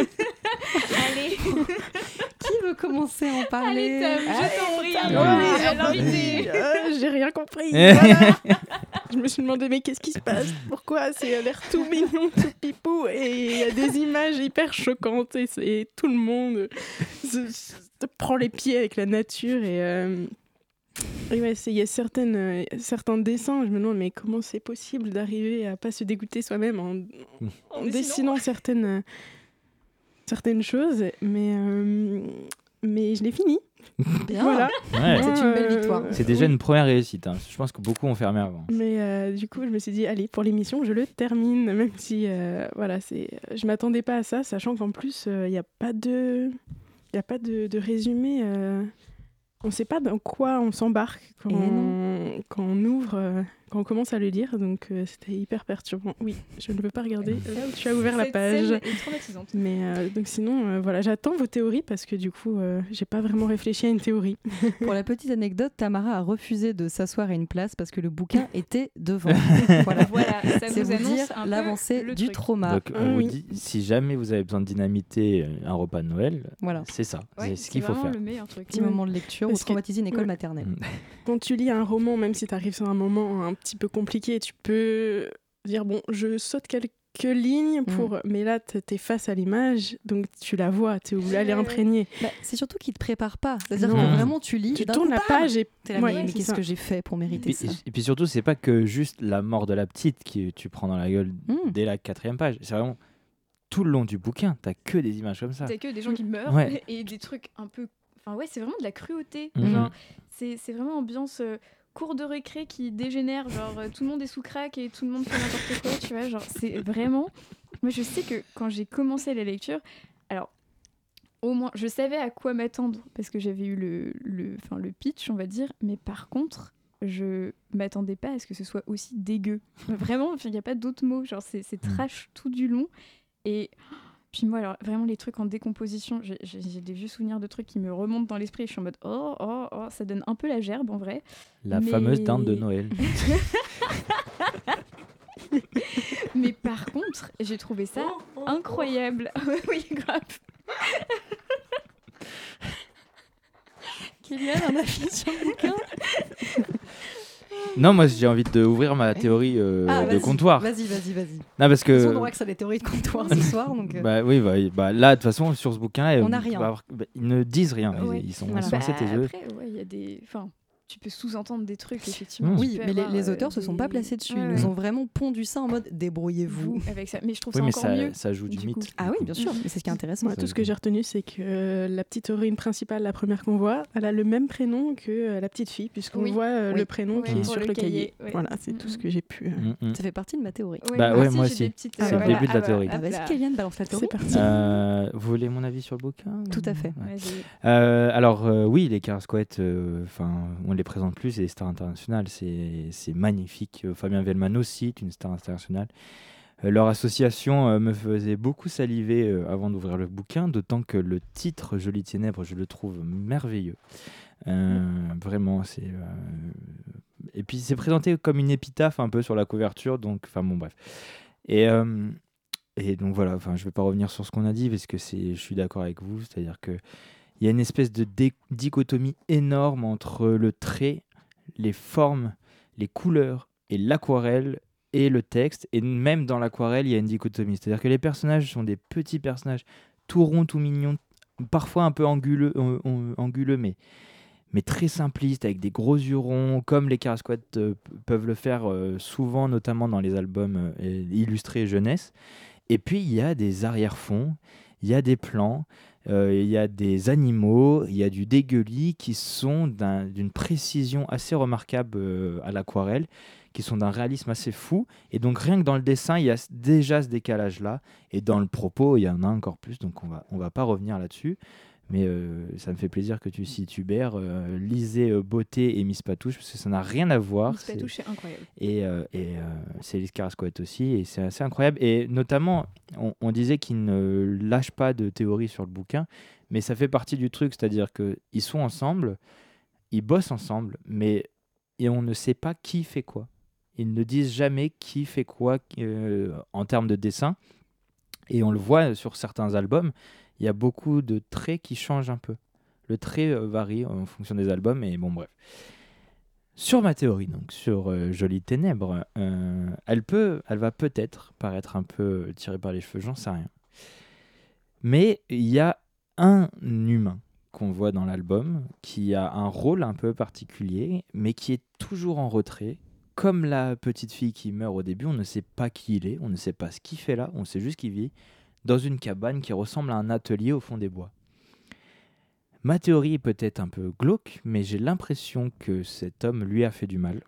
Allez, Qui veut commencer à en parler? allez, Tom, je t'en prie. Tom, Oui, oui, à l'invité. Euh, j'ai rien compris. Voilà. Je me suis demandé, mais qu'est-ce qui se passe? Pourquoi? C'est a l'air tout mignon, tout pipou, et il y a des images hyper choquantes, et c'est tout le monde. c'est- te prend les pieds avec la nature. Et, euh, et ouais, c'est- il y a certaines, euh, certains dessins, je me demande, mais comment c'est possible d'arriver à pas se dégoûter soi-même en, en dessinant certaines, euh, certaines choses. Mais, euh, mais je l'ai fini. Bien. Voilà. Ouais. C'est une belle Euh, victoire. C'est déjà oui. une première réussite. hein. Je pense que beaucoup ont fermé avant. Mais euh, du coup, je me suis dit, allez, pour l'émission, je le termine, même si, euh, voilà, c'est, je m'attendais pas à ça, sachant qu'en plus, il n'y a pas de, il a pas de, de résumé. euh, on ne sait pas dans quoi on s'embarque quand, Et on, quand on ouvre, euh, quand on commence à le lire, donc euh, c'était hyper perturbant. Oui, je ne veux pas regarder là où tu as ouvert la Cette page. scène est traumatisante. Mais euh, donc sinon, euh, voilà, j'attends vos théories parce que du coup, euh, j'ai pas vraiment réfléchi à une théorie. Pour la petite anecdote, Tamara a refusé de s'asseoir à une place parce que le bouquin était devant. Voilà. Voilà, ça C'est vous vous annonce dire un peu l'avancée le du truc. trauma. Donc, on Ah vous oui. dit, si jamais vous avez besoin de dynamiter euh, un repas de Noël, Voilà. c'est ça. Ouais, c'est ce qu'il faut vraiment faire. le meilleur truc. Petit Ouais. moment de lecture ou Parce que- traumatiser une école ouais. maternelle. Mm. Quand tu lis un roman, même si tu arrives sur un moment un petit peu compliqué, tu peux dire bon, je saute quelques lignes pour. Mais là, t- t'es face à l'image, donc tu la vois, tu es Ouais, ouais. imprégné. Bah, c'est surtout qu'il te prépare pas. C'est-à-dire Non. que vraiment tu lis Tu et d'un tournes coup, la bam, page et t'es là, Ouais, mais, mais c'est qu'est-ce ça. que j'ai fait pour mériter Et, ça et puis surtout, c'est pas que juste la mort de la petite que tu prends dans la gueule Mm. dès la quatrième page. C'est vraiment tout le long du bouquin. T'as que des images comme ça. T'as que des gens qui meurent Ouais. et des trucs un peu. Enfin, ouais, c'est vraiment de la cruauté. Mhm. Genre, c'est c'est vraiment ambiance euh, cours de récré qui dégénère. Genre, euh, tout le monde est sous crack et tout le monde fait n'importe quoi, tu vois. Genre, c'est vraiment. Moi, je sais que quand j'ai commencé la lecture, alors, au moins, je savais à quoi m'attendre parce que j'avais eu le, le, enfin, le pitch, on va dire. Mais par contre, je m'attendais pas à ce que ce soit aussi dégueu. Vraiment, il n'y a pas d'autre mot. Genre, c'est c'est Mhm. trash tout du long. Et. Puis moi, alors, vraiment, les trucs en décomposition, j'ai- j'ai j'ai des vieux souvenirs de trucs qui me remontent dans l'esprit. Je suis en mode, oh, oh, oh, ça donne un peu la gerbe, en vrai. La Mais- fameuse dinde de Noël. Mais par contre, j'ai trouvé ça incroyable. Oui, grave. Kylian en a fini sur le bouquin. Non, moi j'ai envie d'ouvrir ma théorie euh, Ah, de vas-y, comptoir. Vas-y, vas-y, vas-y. Non, parce De toute façon, que. on aura que ça des théories de comptoir ce soir. Donc, euh, Bah oui, bah, bah, là, de toute façon, sur ce bouquin, On n'a rien. ils ne disent rien. Ils- Ouais. Ils, sont Voilà. censés Bah, tes yeux. après, ouais, il y a des. Enfin, tu peux sous-entendre des trucs, effectivement. Mmh. Tu oui, peux mais les, avoir, les euh, auteurs se sont pas des- placés dessus. Ouais, Ils ouais. nous ont vraiment pondu ça en mode débrouillez-vous. Vous, avec ça. Mais je trouve Oui, ça mais encore ça, mieux. ça joue du, du mythe. coup. Ah oui, bien sûr, mais c'est ce qui est intéressant. Moi, tout ce que j'ai retenu, c'est que euh, la petite héroïne principale, la première qu'on voit, elle a le même prénom que euh, la petite fille, puisqu'on Oui. voit euh, Oui. le prénom Ouais, qui est pour sur le le cahier. cahier, ouais. Voilà, c'est tout ce que j'ai pu. euh, Mm, mm. Ça fait partie de ma théorie. Ouais, Bah moi ouais, aussi, moi j'ai aussi. des petites, Ah, euh, c'est le voilà. début de la Ah, théorie. bah, Ah, vas-y, hop là. Kylian, balance la théorie. C'est parti. Euh, vous voulez mon avis sur le bouquin Tout à fait. Ouais. Vas-y. Euh, alors euh, oui, les Carasquettes, enfin, on les présente plus, c'est des stars internationales, c'est c'est magnifique. Euh, Fabien Vellman aussi est une star internationale. Euh, leur association euh, me faisait beaucoup saliver euh, avant d'ouvrir le bouquin, d'autant que le titre Jolies Ténèbres, je le trouve merveilleux. Euh, vraiment, c'est euh, et puis c'est présenté comme une épitaphe un peu sur la couverture, donc enfin bon bref. Et euh, et donc voilà, enfin je vais pas revenir sur ce qu'on a dit parce que c'est, je suis d'accord avec vous, c'est-à-dire que il y a une espèce de dé- dichotomie énorme entre le trait, les formes, les couleurs et l'aquarelle et le texte. Et même dans l'aquarelle, il y a une dichotomie. C'est-à-dire que les personnages sont des petits personnages, tout ronds, tout mignons, parfois un peu anguleux, euh, euh, anguleux mais, mais très simplistes, avec des gros yeux ronds, comme les Carasquettes euh, p- peuvent le faire euh, souvent, notamment dans les albums euh, illustrés jeunesse. Et puis, il y a des arrière-fonds, il y a des plans, euh, il y a des animaux, il y a du dégueulis qui sont d'un- d'une précision assez remarquable euh, à l'aquarelle, qui sont d'un réalisme assez fou. Et donc, rien que dans le dessin, il y a s- déjà ce décalage-là. Et dans le propos, il y en a encore plus. Donc, on va, on va pas revenir là-dessus. Mais euh, ça me fait plaisir que tu cites Hubert. Euh, lisez euh, Beauté et Miss Patouche, parce que ça n'a rien à voir. Miss C'est- Patouche, c'est incroyable. et, euh, et euh, c'est Elise Carasquette aussi, et c'est assez incroyable. Et notamment, on, on disait qu'ils ne lâchent pas de théorie sur le bouquin, mais ça fait partie du truc, c'est-à-dire qu'ils sont ensemble, ils bossent ensemble, mais et on ne sait pas qui fait quoi. Ils ne disent jamais qui fait quoi euh, en termes de dessin, et on le voit sur certains albums, il y a beaucoup de traits qui changent un peu. Le trait euh, varie en fonction des albums, et bon bref. Sur ma théorie, donc sur euh, Jolies Ténèbres, euh, elle peut, elle va peut-être paraître un peu tirée par les cheveux, j'en sais rien. Mais il y a un humain qu'on voit dans l'album, qui a un rôle un peu particulier, mais qui est toujours en retrait. Comme la petite fille qui meurt au début, on ne sait pas qui il est, on ne sait pas ce qu'il fait là, on sait juste qu'il vit dans une cabane qui ressemble à un atelier au fond des bois. Ma théorie est peut-être un peu glauque, mais j'ai l'impression que cet homme lui a fait du mal.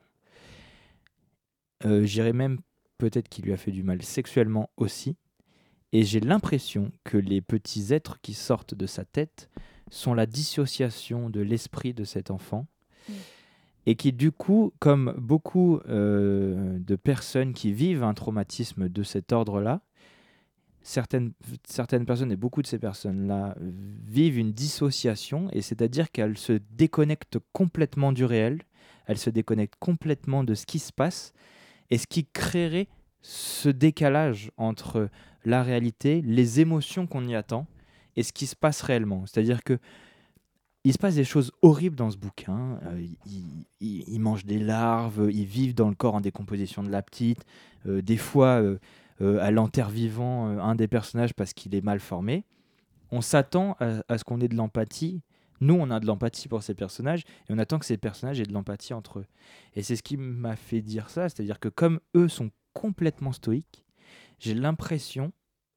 Euh, j'irais même peut-être qu'il lui a fait du mal sexuellement aussi. Et j'ai l'impression que les petits êtres qui sortent de sa tête sont la dissociation de l'esprit de cet enfant. Mmh. Et qui du coup, comme beaucoup euh, de personnes qui vivent un traumatisme de cet ordre-là, certaines, certaines personnes, et beaucoup de ces personnes-là, vivent une dissociation, et c'est-à-dire qu'elles se déconnectent complètement du réel, elles se déconnectent complètement de ce qui se passe, et ce qui créerait ce décalage entre la réalité, les émotions qu'on y attend, et ce qui se passe réellement. C'est-à-dire que il se passe des choses horribles dans ce bouquin. Euh, ils, ils, ils mangent des larves, ils vivent dans le corps en décomposition de la petite. Euh, des fois, euh, euh, elle enterre vivant euh, un des personnages parce qu'il est mal formé. On s'attend à, à ce qu'on ait de l'empathie. Nous, on a de l'empathie pour ces personnages et on attend que ces personnages aient de l'empathie entre eux. Et c'est ce qui m'a fait dire ça. C'est-à-dire que comme eux sont complètement stoïques, j'ai l'impression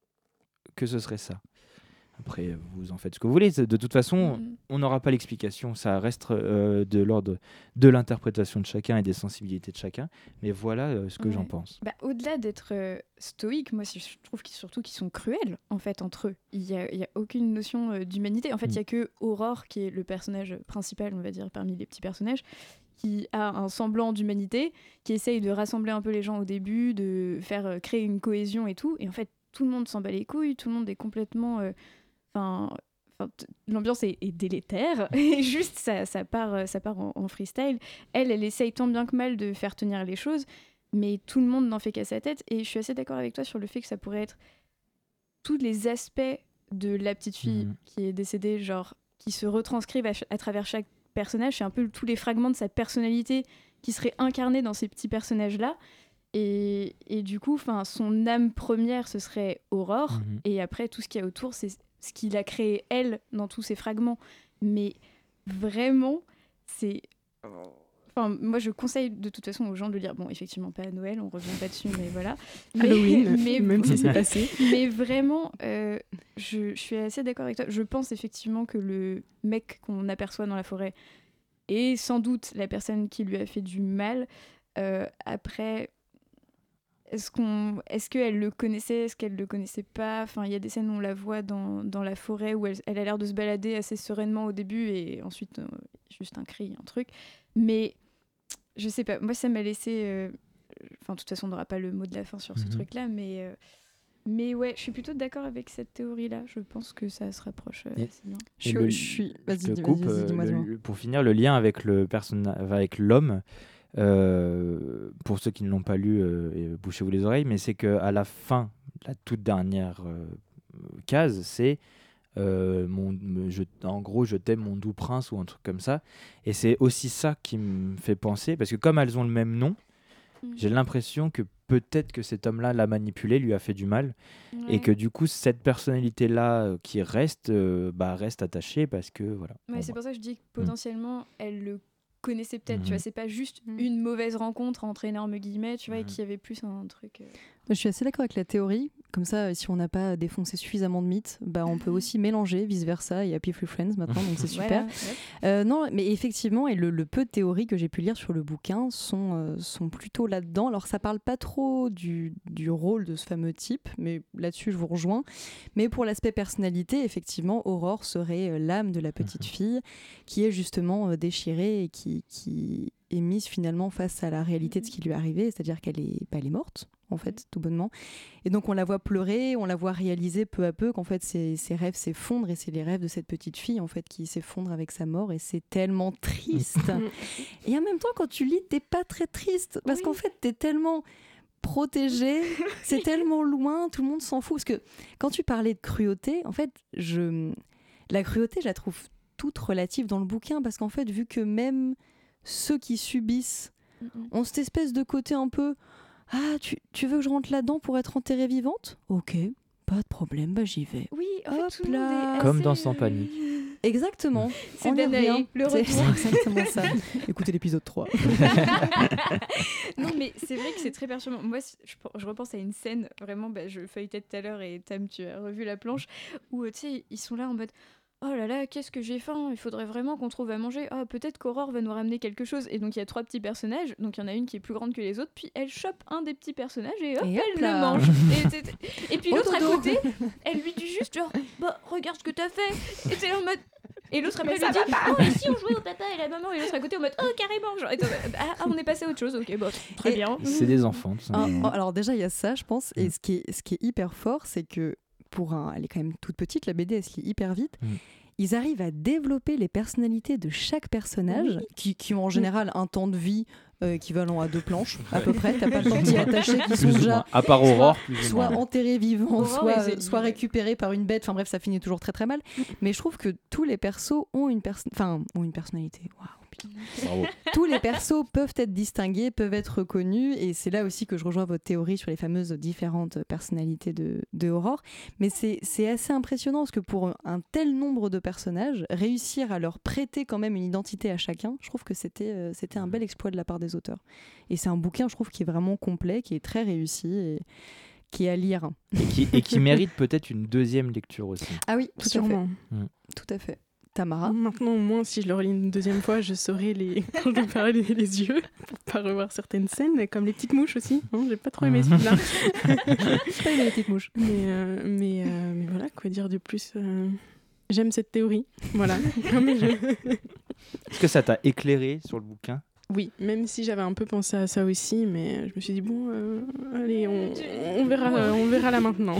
que ce serait ça. Après, vous en faites ce que vous voulez. De toute façon, mmh. on n'aura pas l'explication. Ça reste euh, de l'ordre de l'interprétation de chacun et des sensibilités de chacun. Mais voilà euh, ce que ouais. j'en pense. Bah, au-delà d'être euh, stoïque, moi, je trouve qu'ils, surtout qu'ils sont cruels, en fait, entre eux. Il n'y a, a aucune notion euh, d'humanité. En fait, il mmh. n'y a que Aurore, qui est le personnage principal, on va dire, parmi les petits personnages, qui a un semblant d'humanité, qui essaye de rassembler un peu les gens au début, de faire euh, créer une cohésion et tout. Et en fait, tout le monde s'en bat les couilles, tout le monde est complètement... Euh, Enfin, enfin, t- l'ambiance est, est délétère et juste ça, ça part, ça part en, en freestyle. Elle, elle essaye tant bien que mal de faire tenir les choses, mais tout le monde n'en fait qu'à sa tête. Et je suis assez d'accord avec toi sur le fait que ça pourrait être tous les aspects de la petite fille mmh. qui est décédée, genre qui se retranscrivent à, ch- à travers chaque personnage. C'est un peu tous les fragments de sa personnalité qui seraient incarnés dans ces petits personnages-là. Et, et du coup, son âme première, ce serait Aurore. Mmh. Et après, tout ce qu'il y a autour, c'est ce qu'il a créé, elle, dans tous ces fragments. Mais vraiment, c'est... Enfin, moi, je conseille de toute façon aux gens de lire... Bon, effectivement, pas à Noël, on revient pas dessus, mais voilà. Mais, Halloween, mais, même si c'est passé. Mais vraiment, euh, je, je suis assez d'accord avec toi. Je pense effectivement que le mec qu'on aperçoit dans la forêt est sans doute la personne qui lui a fait du mal. Euh, après... Est-ce, qu'on, est-ce qu'elle le connaissait, est-ce qu'elle le connaissait pas ? Enfin, il y a des scènes où on la voit dans, dans la forêt où elle, elle a l'air de se balader assez sereinement au début et ensuite, euh, juste un cri, un truc. Mais, je sais pas, moi ça m'a laissé... Euh... Enfin, de toute façon, on n'aura pas le mot de la fin sur mm-hmm. ce truc-là, mais... Euh... Mais ouais, je suis plutôt d'accord avec cette théorie-là. Je pense que ça se rapproche euh, assez bien. Je, le, je suis... Vas-y, je te coupe, vas-y, vas-y, dis-moi, euh, le, pour finir, le lien avec, le person... avec l'homme... Euh, pour ceux qui ne l'ont pas lu, euh, bouchez-vous les oreilles, mais c'est qu'à la fin, la toute dernière euh, case, c'est euh, mon, je, en gros, je t'aime mon doux prince ou un truc comme ça. Et c'est aussi ça qui me fait penser, parce que comme elles ont le même nom, mmh. j'ai l'impression que peut-être que cet homme-là l'a manipulé, lui a fait du mal, ouais. et que du coup, cette personnalité-là qui reste, euh, bah, reste attachée parce que voilà. Ouais, bon, c'est bah. pour ça que je dis que potentiellement, mmh. elle le connaissait peut-être, Mmh. tu vois, c'est pas juste mmh. une mauvaise rencontre entre énormes guillemets, tu vois, mmh. et qu'il y avait plus un truc... Euh... Je suis assez d'accord avec la théorie, comme ça, si on n'a pas défoncé suffisamment de mythes, bah, on peut aussi mélanger, vice-versa, et Happy Free Friends maintenant, donc c'est super. Voilà, ouais. euh, non, mais effectivement, et le, le peu de théories que j'ai pu lire sur le bouquin sont, euh, sont plutôt là-dedans. Alors ça parle pas trop du, du rôle de ce fameux type, mais là-dessus je vous rejoins. Mais pour l'aspect personnalité, effectivement, Aurore serait euh, l'âme de la petite fille qui est justement euh, déchirée et qui... qui est mise finalement face à la réalité de ce qui lui est arrivé, c'est-à-dire qu'elle est, bah, elle est morte, en fait, tout bonnement. Et donc on la voit pleurer, on la voit réaliser peu à peu qu'en fait ses, ses rêves s'effondrent, et c'est les rêves de cette petite fille en fait qui s'effondrent avec sa mort, et c'est tellement triste. Et en même temps, quand tu lis, t'es pas très triste, parce oui. qu'en fait t'es tellement protégée, c'est tellement loin, tout le monde s'en fout. Parce que quand tu parlais de cruauté, en fait, je... la cruauté, je la trouve toute relative dans le bouquin, parce qu'en fait, vu que même ceux qui subissent mm-hmm. ont cette espèce de côté un peu « Ah, tu, tu veux que je rentre là-dedans pour être enterrée vivante ? Ok, pas de problème, bah j'y vais. » Oui, en hop fait, tout là. le monde est Comme assez... dans Sans Panique. Exactement. C'est On y Danae, revient. le C'est- retour. C'est exactement ça. Écoutez l'épisode trois. Non, mais c'est vrai que c'est très perturbant. Moi, je, je repense à une scène, vraiment, bah, je feuilletais tout à l'heure et Tam, tu as revu la planche, où euh, tu sais, ils sont là en mode oh là là, qu'est-ce que j'ai faim, il faudrait vraiment qu'on trouve à manger. Ah, peut-être qu'Aurore va nous ramener quelque chose. Et donc, il y a trois petits personnages, donc il y en a une qui est plus grande que les autres, puis elle chope un des petits personnages et hop, Et hop elle là. le mange. Et, c'est- et puis Au l'autre à dodo. côté, elle lui dit juste genre, bah, regarde ce que t'as fait. Et c'est là en mode. Et l'autre après Mais lui ça dit oh ici on jouait au papa et la maman et l'autre à côté en mode oh carrément genre, et toi, ah, ah, on est passé à autre chose, ok bon très Et- bien. C'est des enfants, tout Ah, simplement. oh, alors déjà, il y a ça, je pense. Et Mm. ce qui est, ce qui est hyper fort, c'est que pour un, elle est quand même toute petite, la B D, elle se lit hyper vite. Mm. Ils arrivent à développer les personnalités de chaque personnage, qui, qui ont en général un temps de vie euh, équivalent à deux planches, à peu près. T'as pas le temps d'y attacher, qui sont Plus ou déjà moins. À part Aurore, plus ou soit moins. enterrés vivants, Aurore, soit, ils- euh, soit récupérés par une bête. Enfin bref, ça finit toujours très très mal. Mais je trouve que tous les persos ont une, perso- enfin, ont une personnalité. Waouh, putain. Bravo. Tous les persos peuvent être distingués, peuvent être reconnus, et c'est là aussi que je rejoins votre théorie sur les fameuses différentes personnalités de, de Aurore. Mais c'est c'est assez impressionnant parce que pour un tel nombre de personnages, réussir à leur prêter quand même une identité à chacun, je trouve que c'était euh, c'était un bel exploit de la part des auteurs. Et c'est un bouquin, je trouve, qui est vraiment complet, qui est très réussi et qui est à lire. Et qui, et qui mérite peut-être une deuxième lecture aussi. Ah oui, tout à fait. Sûrement. Tout à fait. Tamara. Maintenant, au moins, si je le relis une deuxième fois, je saurai les... quand je me ferai les, les yeux pour pas revoir certaines scènes, comme les petites mouches aussi. Hein, j'ai pas trop aimé celui-là. J'ai pas aimé les petites mouches. Mais, euh, mais, euh, mais voilà, quoi dire de plus euh, j'aime cette théorie. Voilà. Comme je- Est-ce que ça t'a éclairé sur le bouquin? Oui, même si j'avais un peu pensé à ça aussi, mais je me suis dit, bon, euh, allez, on, on, verra, euh, on verra là maintenant.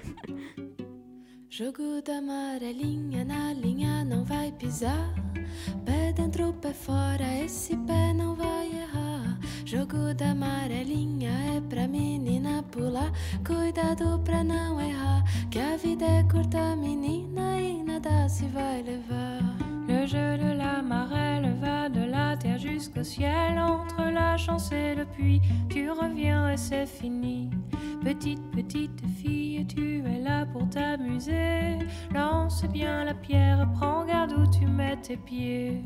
Jogo da amarelinha na linha não vai pisar. Pé dentro, pé fora, esse pé não vai errar. Jogo da amarelinha é pra menina pular. Cuidado pra não errar, que a vida é curta, menina, e nada se vai levar. Le jeu de la marelle va de la terre jusqu'au ciel. Entre la chance et le puits, tu reviens et c'est fini. Petite, petite fille, tu es là pour t'amuser. Lance bien la pierre, prends garde où tu mets tes pieds.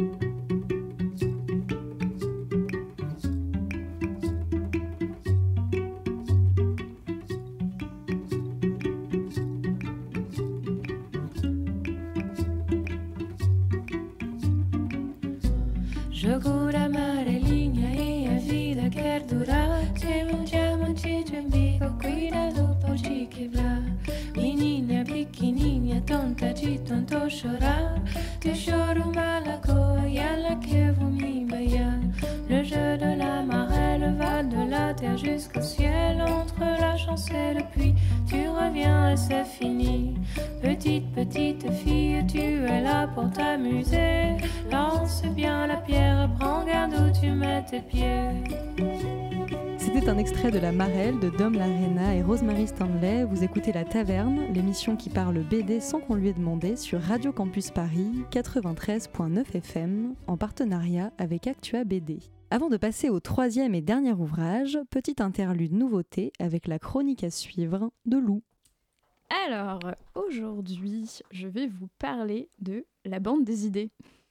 Jogo da amarelinha e a vida quer durar. Tem um diamante de umbigo, cuidado pode quebrar. Menina pequenininha, tonta de tanto chorar. Teu choro uma lagoa e ela que vou me banhar. Le jeu de la marelle va de la terre jusqu'au ciel. Entre la chance et le puits, tu reviens et c'est fini. Petite, petite fille, tu es là pour t'amuser. Lance bien la pierre, prends garde où tu mets tes pieds. C'était un extrait de La Marelle de Dom Larena et Rosemary Stanley. Vous écoutez La Taverne, l'émission qui parle B D sans qu'on lui ait demandé sur Radio Campus Paris quatre-vingt-treize virgule neuf F M en partenariat avec Actua B D. Avant de passer au troisième et dernier ouvrage, petite interlude nouveauté avec la chronique à suivre de Lou. Alors aujourd'hui je vais vous parler de La Bande des idées.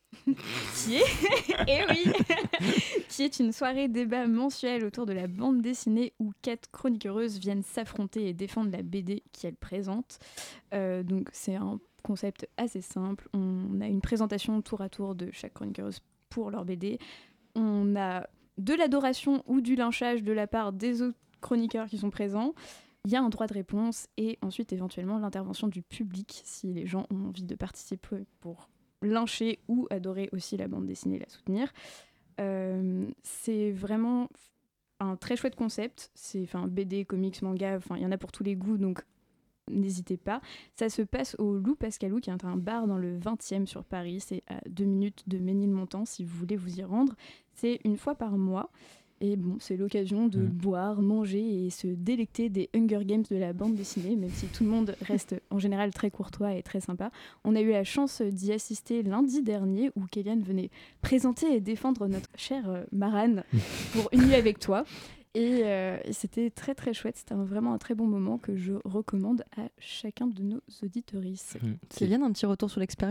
qui est, eh oui, qui est une soirée débat mensuelle autour de la bande dessinée où quatre chroniqueuses viennent s'affronter et défendre la B D qu'elles présentent. Euh, donc c'est un concept assez simple. On a une présentation tour à tour de chaque chroniqueuse pour leur B D. On a de l'adoration ou du lynchage de la part des autres chroniqueurs qui sont présents. Il y a un droit de réponse et ensuite éventuellement l'intervention du public si les gens ont envie de participer pour lyncher ou adorer aussi la bande dessinée et la soutenir. Euh, c'est vraiment un très chouette concept. C'est B D, comics, manga, il y en a pour tous les goûts, donc n'hésitez pas. Ça se passe au Loup Pascalou, qui est un bar dans le vingtième sur Paris. C'est à deux minutes de Ménilmontant, si vous voulez vous y rendre. C'est une fois par mois. Et bon, c'est l'occasion de Mmh. boire, manger et se délecter des Hunger Games de la bande dessinée, même si tout le monde reste en général très courtois et très sympa. On a eu la chance d'y assister lundi dernier, où Kéliane venait présenter et défendre notre chère euh, Marane pour Une nuit avec toi. Et, euh, et c'était très très chouette, c'était un- vraiment un très bon moment que je recommande à chacun de nos auditeuristes. Mmh. C'est- Kéliane, un petit retour sur l'expérience ?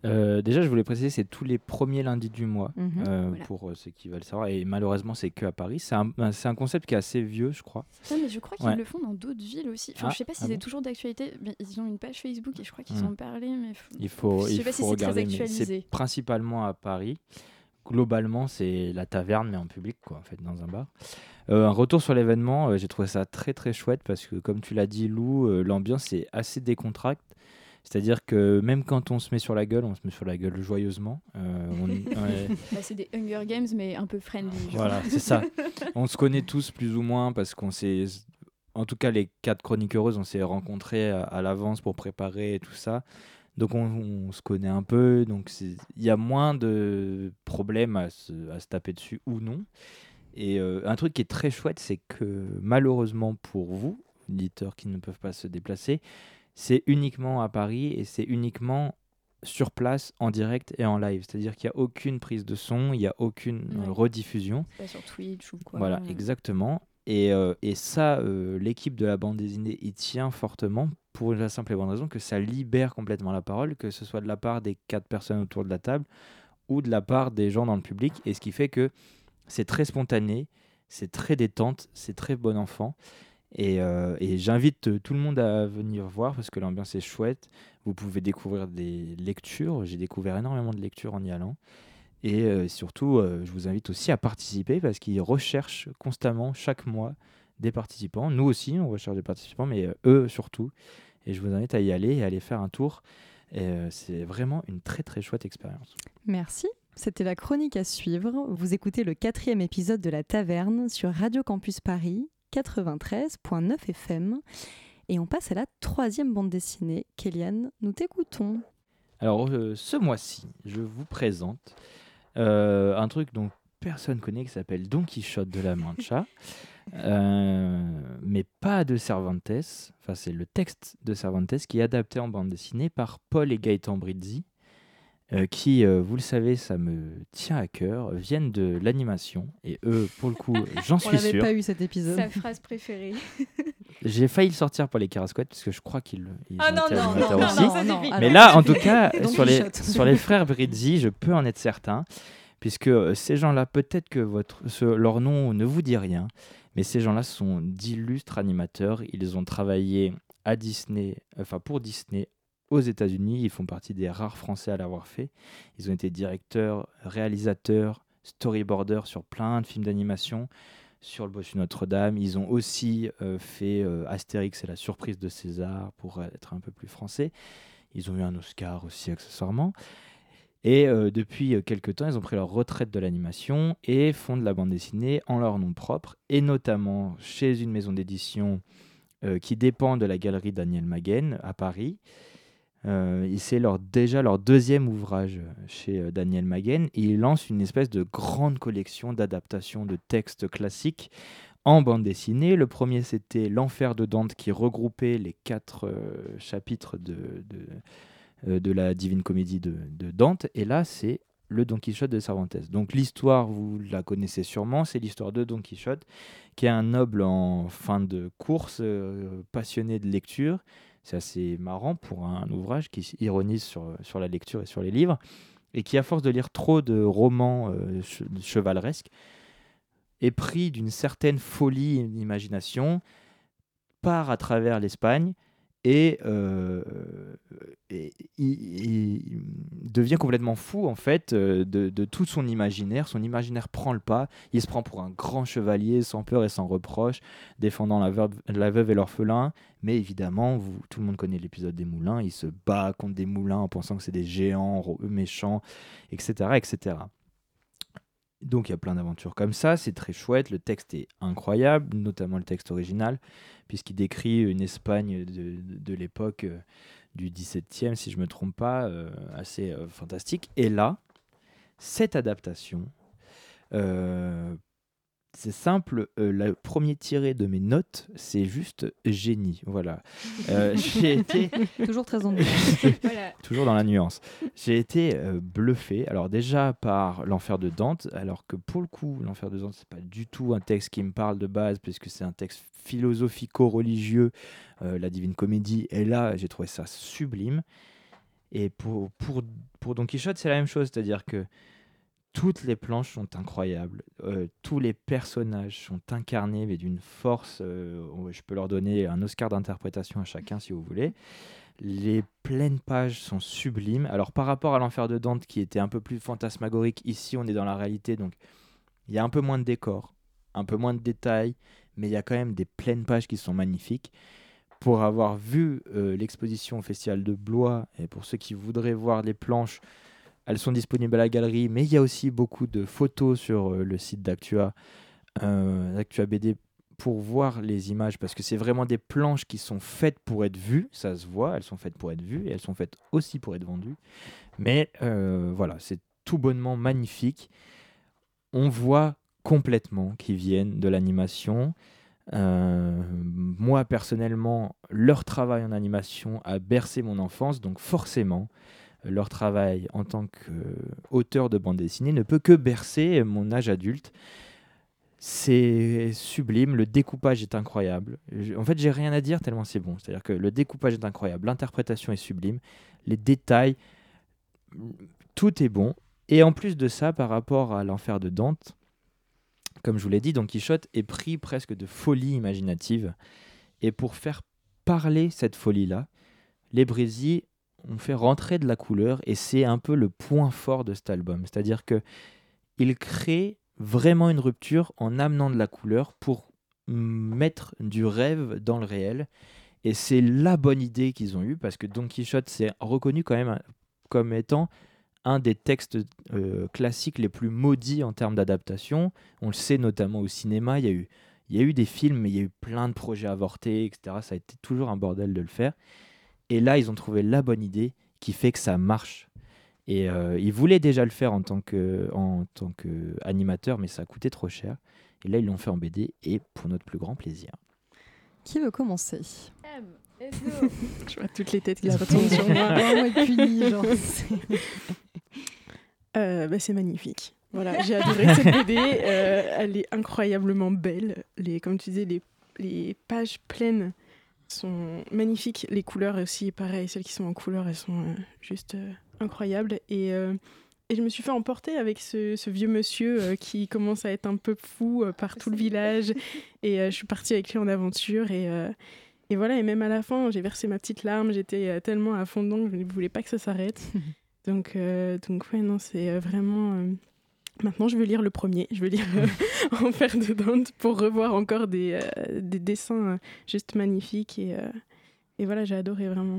Euh, déjà, je voulais préciser, c'est tous les premiers lundis du mois, Mhm. euh, Voilà. pour euh, ceux qui veulent savoir. Et malheureusement, c'est que à Paris. C'est un, un- c'est un concept qui est assez vieux, je crois. Non, mais je crois qu'ils Ouais. le font dans d'autres villes aussi. Enfin, Ah, je sais pas si ah c'est bon toujours d'actualité. Mais ils ont une page Facebook et je crois qu'ils Hmm. en parlaient. Mais f- Il faut, je sais il pas si faut c'est très regarder, mais c'est actualisé. principalement à Paris. Globalement, c'est la taverne, mais en public, quoi, en fait, dans un bar. Euh, un retour sur l'événement, euh, j'ai trouvé ça très très chouette parce que, comme tu l'as dit, Lou, euh, l'ambiance est assez décontracte. C'est-à-dire que même quand on se met sur la gueule, on se met sur la gueule joyeusement. Euh, on- ouais, Bah, c'est des Hunger Games, mais un peu friendly. genre. voilà, c'est ça. On se connaît tous plus ou moins parce qu'on s'est. En tout cas, les quatre chroniqueuses, on s'est rencontrés à, à l'avance pour préparer et tout ça. Donc, on, on se connaît un peu. Donc, c'est- il y a moins de problèmes à se, à se taper dessus ou non. Et euh, un truc qui est très chouette, c'est que malheureusement pour vous, auditeurs qui ne peuvent pas se déplacer, c'est uniquement à Paris et c'est uniquement sur place, en direct et en live. C'est-à-dire qu'il n'y a aucune prise de son, il n'y a aucune euh, Ouais. rediffusion. Pas sur Twitch ou quoi. Voilà, euh. exactement. Et, euh, et ça, euh, l'équipe de la bande dessinée y tient fortement pour la simple et bonne raison que ça libère complètement la parole, que ce soit de la part des quatre personnes autour de la table ou de la part des gens dans le public. Et ce qui fait que c'est très spontané, c'est très détente, c'est très bon enfant. Et, euh, et j'invite euh, tout le monde à venir voir parce que l'ambiance est chouette. Vous pouvez découvrir des lectures. J'ai découvert énormément de lectures en y allant. Et euh, surtout, euh, je vous invite aussi à participer parce qu'ils recherchent constamment, chaque mois, des participants. Nous aussi, on recherche des participants, mais euh, eux surtout. Et je vous invite à y aller et à aller faire un tour. Et, euh, c'est vraiment une très très chouette expérience. Merci. C'était la chronique à suivre. Vous écoutez le quatrième épisode de La Taverne sur Radio Campus Paris, quatre-vingt-treize virgule neuf F M. Et on passe à la troisième bande dessinée. Kéliane, nous t'écoutons. Alors, euh, ce mois-ci, je vous présente euh, un truc dont personne connaît qui s'appelle Don Quichotte de la Mancha, euh, mais pas de Cervantes. Enfin, c'est le texte de Cervantes qui est adapté en bande dessinée par Paul et Gaëtan Brizzi, euh, qui, euh, vous le savez, ça me tient à cœur, viennent de l'animation. Et eux, pour le coup, j'en On suis n'avait sûr. pas eu cet épisode. Sa phrase préférée. J'ai failli le sortir pour les Carasquettes, parce que je crois qu'ils ils Ah ont non, été non, animateurs non, aussi. non, ça suffit. Mais alors, là, en tout cas, Don sur les, Quichotte. sur les frères Brizzi, je peux en être certain, puisque euh, ces gens-là, peut-être que votre, ce- leur nom ne vous dit rien, mais ces gens-là sont d'illustres animateurs. Ils ont travaillé à Disney, enfin pour Disney, aux États-Unis. Ils font partie des rares Français à l'avoir fait. Ils ont été directeurs, réalisateurs, storyboarders sur plein de films d'animation. Sur le Bossu Notre-Dame, ils ont aussi euh, fait euh, Astérix et la surprise de César pour euh, être un peu plus français. Ils ont eu un Oscar aussi accessoirement. Et euh, depuis euh, quelques temps, ils ont pris leur retraite de l'animation et font de la bande dessinée en leur nom propre, et notamment chez une maison d'édition euh, qui dépend de la galerie Daniel Maguen à Paris. Euh, et c'est leur, déjà leur deuxième ouvrage chez euh, Daniel Maguen. Et ils lancent une espèce de grande collection d'adaptations de textes classiques en bande dessinée. Le premier, c'était L'Enfer de Dante, qui regroupait les quatre euh, chapitres de, de, euh, de la Divine Comédie de, de Dante. Et là, c'est le Don Quichotte de Cervantes. Donc l'histoire, vous la connaissez sûrement, c'est l'histoire de Don Quichotte, qui est un noble en fin de course, euh, passionné de lecture. C'est assez marrant pour un ouvrage qui ironise sur, sur la lecture et sur les livres, et qui, à force de lire trop de romans euh, che- chevaleresques, est pris d'une certaine folie et d'imagination, part à travers l'Espagne et, euh, et il, il devient complètement fou en fait euh, de, de tout son imaginaire. Son imaginaire prend le pas, il se prend pour un grand chevalier sans peur et sans reproche, défendant la veuve, la veuve et l'orphelin. Mais évidemment, vous, tout le monde connaît l'épisode des moulins, il se bat contre des moulins en pensant que c'est des géants ro- méchants, et cetera, et cetera. Donc il y a plein d'aventures comme ça, c'est très chouette, le texte est incroyable, notamment le texte original, puisqu'il décrit une Espagne de, de, de l'époque euh, du dix-septième, si je ne me trompe pas, euh, assez euh, fantastique. Et là, cette adaptation, euh, c'est simple, euh, le premier tiré de mes notes, c'est juste génie. Voilà. Euh, j'ai été Toujours très ennuyeux. Voilà. toujours dans la nuance. J'ai été euh, bluffé. Alors déjà par l'Enfer de Dante, alors que pour le coup, l'Enfer de Dante, c'est pas du tout un texte qui me parle de base, puisque c'est un texte philosophico-religieux, euh, la Divine Comédie. Et là, j'ai trouvé ça sublime. Et pour, pour, pour Don Quichotte, c'est la même chose, c'est-à-dire que toutes les planches sont incroyables, euh, tous les personnages sont incarnés mais d'une force, euh, je peux leur donner un Oscar d'interprétation à chacun si vous voulez. Les pleines pages sont sublimes. Alors par rapport à l'Enfer de Dante qui était un peu plus fantasmagorique, ici on est dans la réalité, donc il y a un peu moins de décors, un peu moins de détails, mais il y a quand même des pleines pages qui sont magnifiques. Pour avoir vu euh, l'exposition au Festival de Blois, et pour ceux qui voudraient voir les planches, elles sont disponibles à la galerie, mais il y a aussi beaucoup de photos sur euh, le site d'Actua, euh, d'Actua B D, pour voir les images, parce que c'est vraiment des planches qui sont faites pour être vues, ça se voit, elles sont faites pour être vues, et elles sont faites aussi pour être vendues. Mais euh, voilà, c'est tout bonnement magnifique. On voit complètement qu'ils viennent de l'animation. Euh, moi personnellement, leur travail en animation a bercé mon enfance, donc forcément leur travail en tant qu'auteur de bande dessinée ne peut que bercer mon âge adulte. C'est sublime, le découpage est incroyable. Je- en fait, j'ai rien à dire tellement c'est bon. C'est-à-dire que le découpage est incroyable, l'interprétation est sublime, les détails, tout est bon. Et en plus de ça, par rapport à l'Enfer de Dante, comme je vous l'ai dit, Don Quichotte est pris presque de folie imaginative. Et pour faire parler cette folie-là, les Brésil ont fait rentrer de la couleur et c'est un peu le point fort de cet album. C'est-à-dire qu'il crée vraiment une rupture en amenant de la couleur pour mettre du rêve dans le réel. Et c'est la bonne idée qu'ils ont eue parce que Don Quichotte s'est reconnu quand même comme étant un des textes euh, classiques les plus maudits en termes d'adaptation. On le sait notamment au cinéma, il y a eu, il y a eu des films, mais il y a eu plein de projets avortés, et cetera. Ça a été toujours un bordel de le faire. Et là, ils ont trouvé la bonne idée qui fait que ça marche. Et euh, ils voulaient déjà le faire en tant que, en tant qu'animateur, mais ça a coûté trop cher. Et là, ils l'ont fait en B D et pour notre plus grand plaisir. Qui veut commencer? M, let's go. Je vois toutes les têtes qui se retournent sur moi. Vraiment être puni, genre. c'est- Euh, bah, c'est magnifique. Voilà, j'ai adoré cette B D. Euh, elle est incroyablement belle. Les, comme tu disais, les, les pages pleines sont magnifiques. Les couleurs aussi, pareil, celles qui sont en couleur, elles sont euh, juste euh, incroyables. Et, euh, et je me suis fait emporter avec ce, ce vieux monsieur euh, qui commence à être un peu fou euh, par tout le village. Et euh, je suis partie avec lui en aventure. Et, euh, et voilà, et même à la fin, j'ai versé ma petite larme. J'étais euh, tellement à fond dedans que je ne voulais pas que ça s'arrête. Donc, euh, donc ouais, non, c'est euh, vraiment... euh, Maintenant, je veux lire le premier. Je veux lire euh, Enfer de Dante pour revoir encore des, euh, des dessins euh, juste magnifiques. Et, euh, et voilà, j'ai adoré vraiment.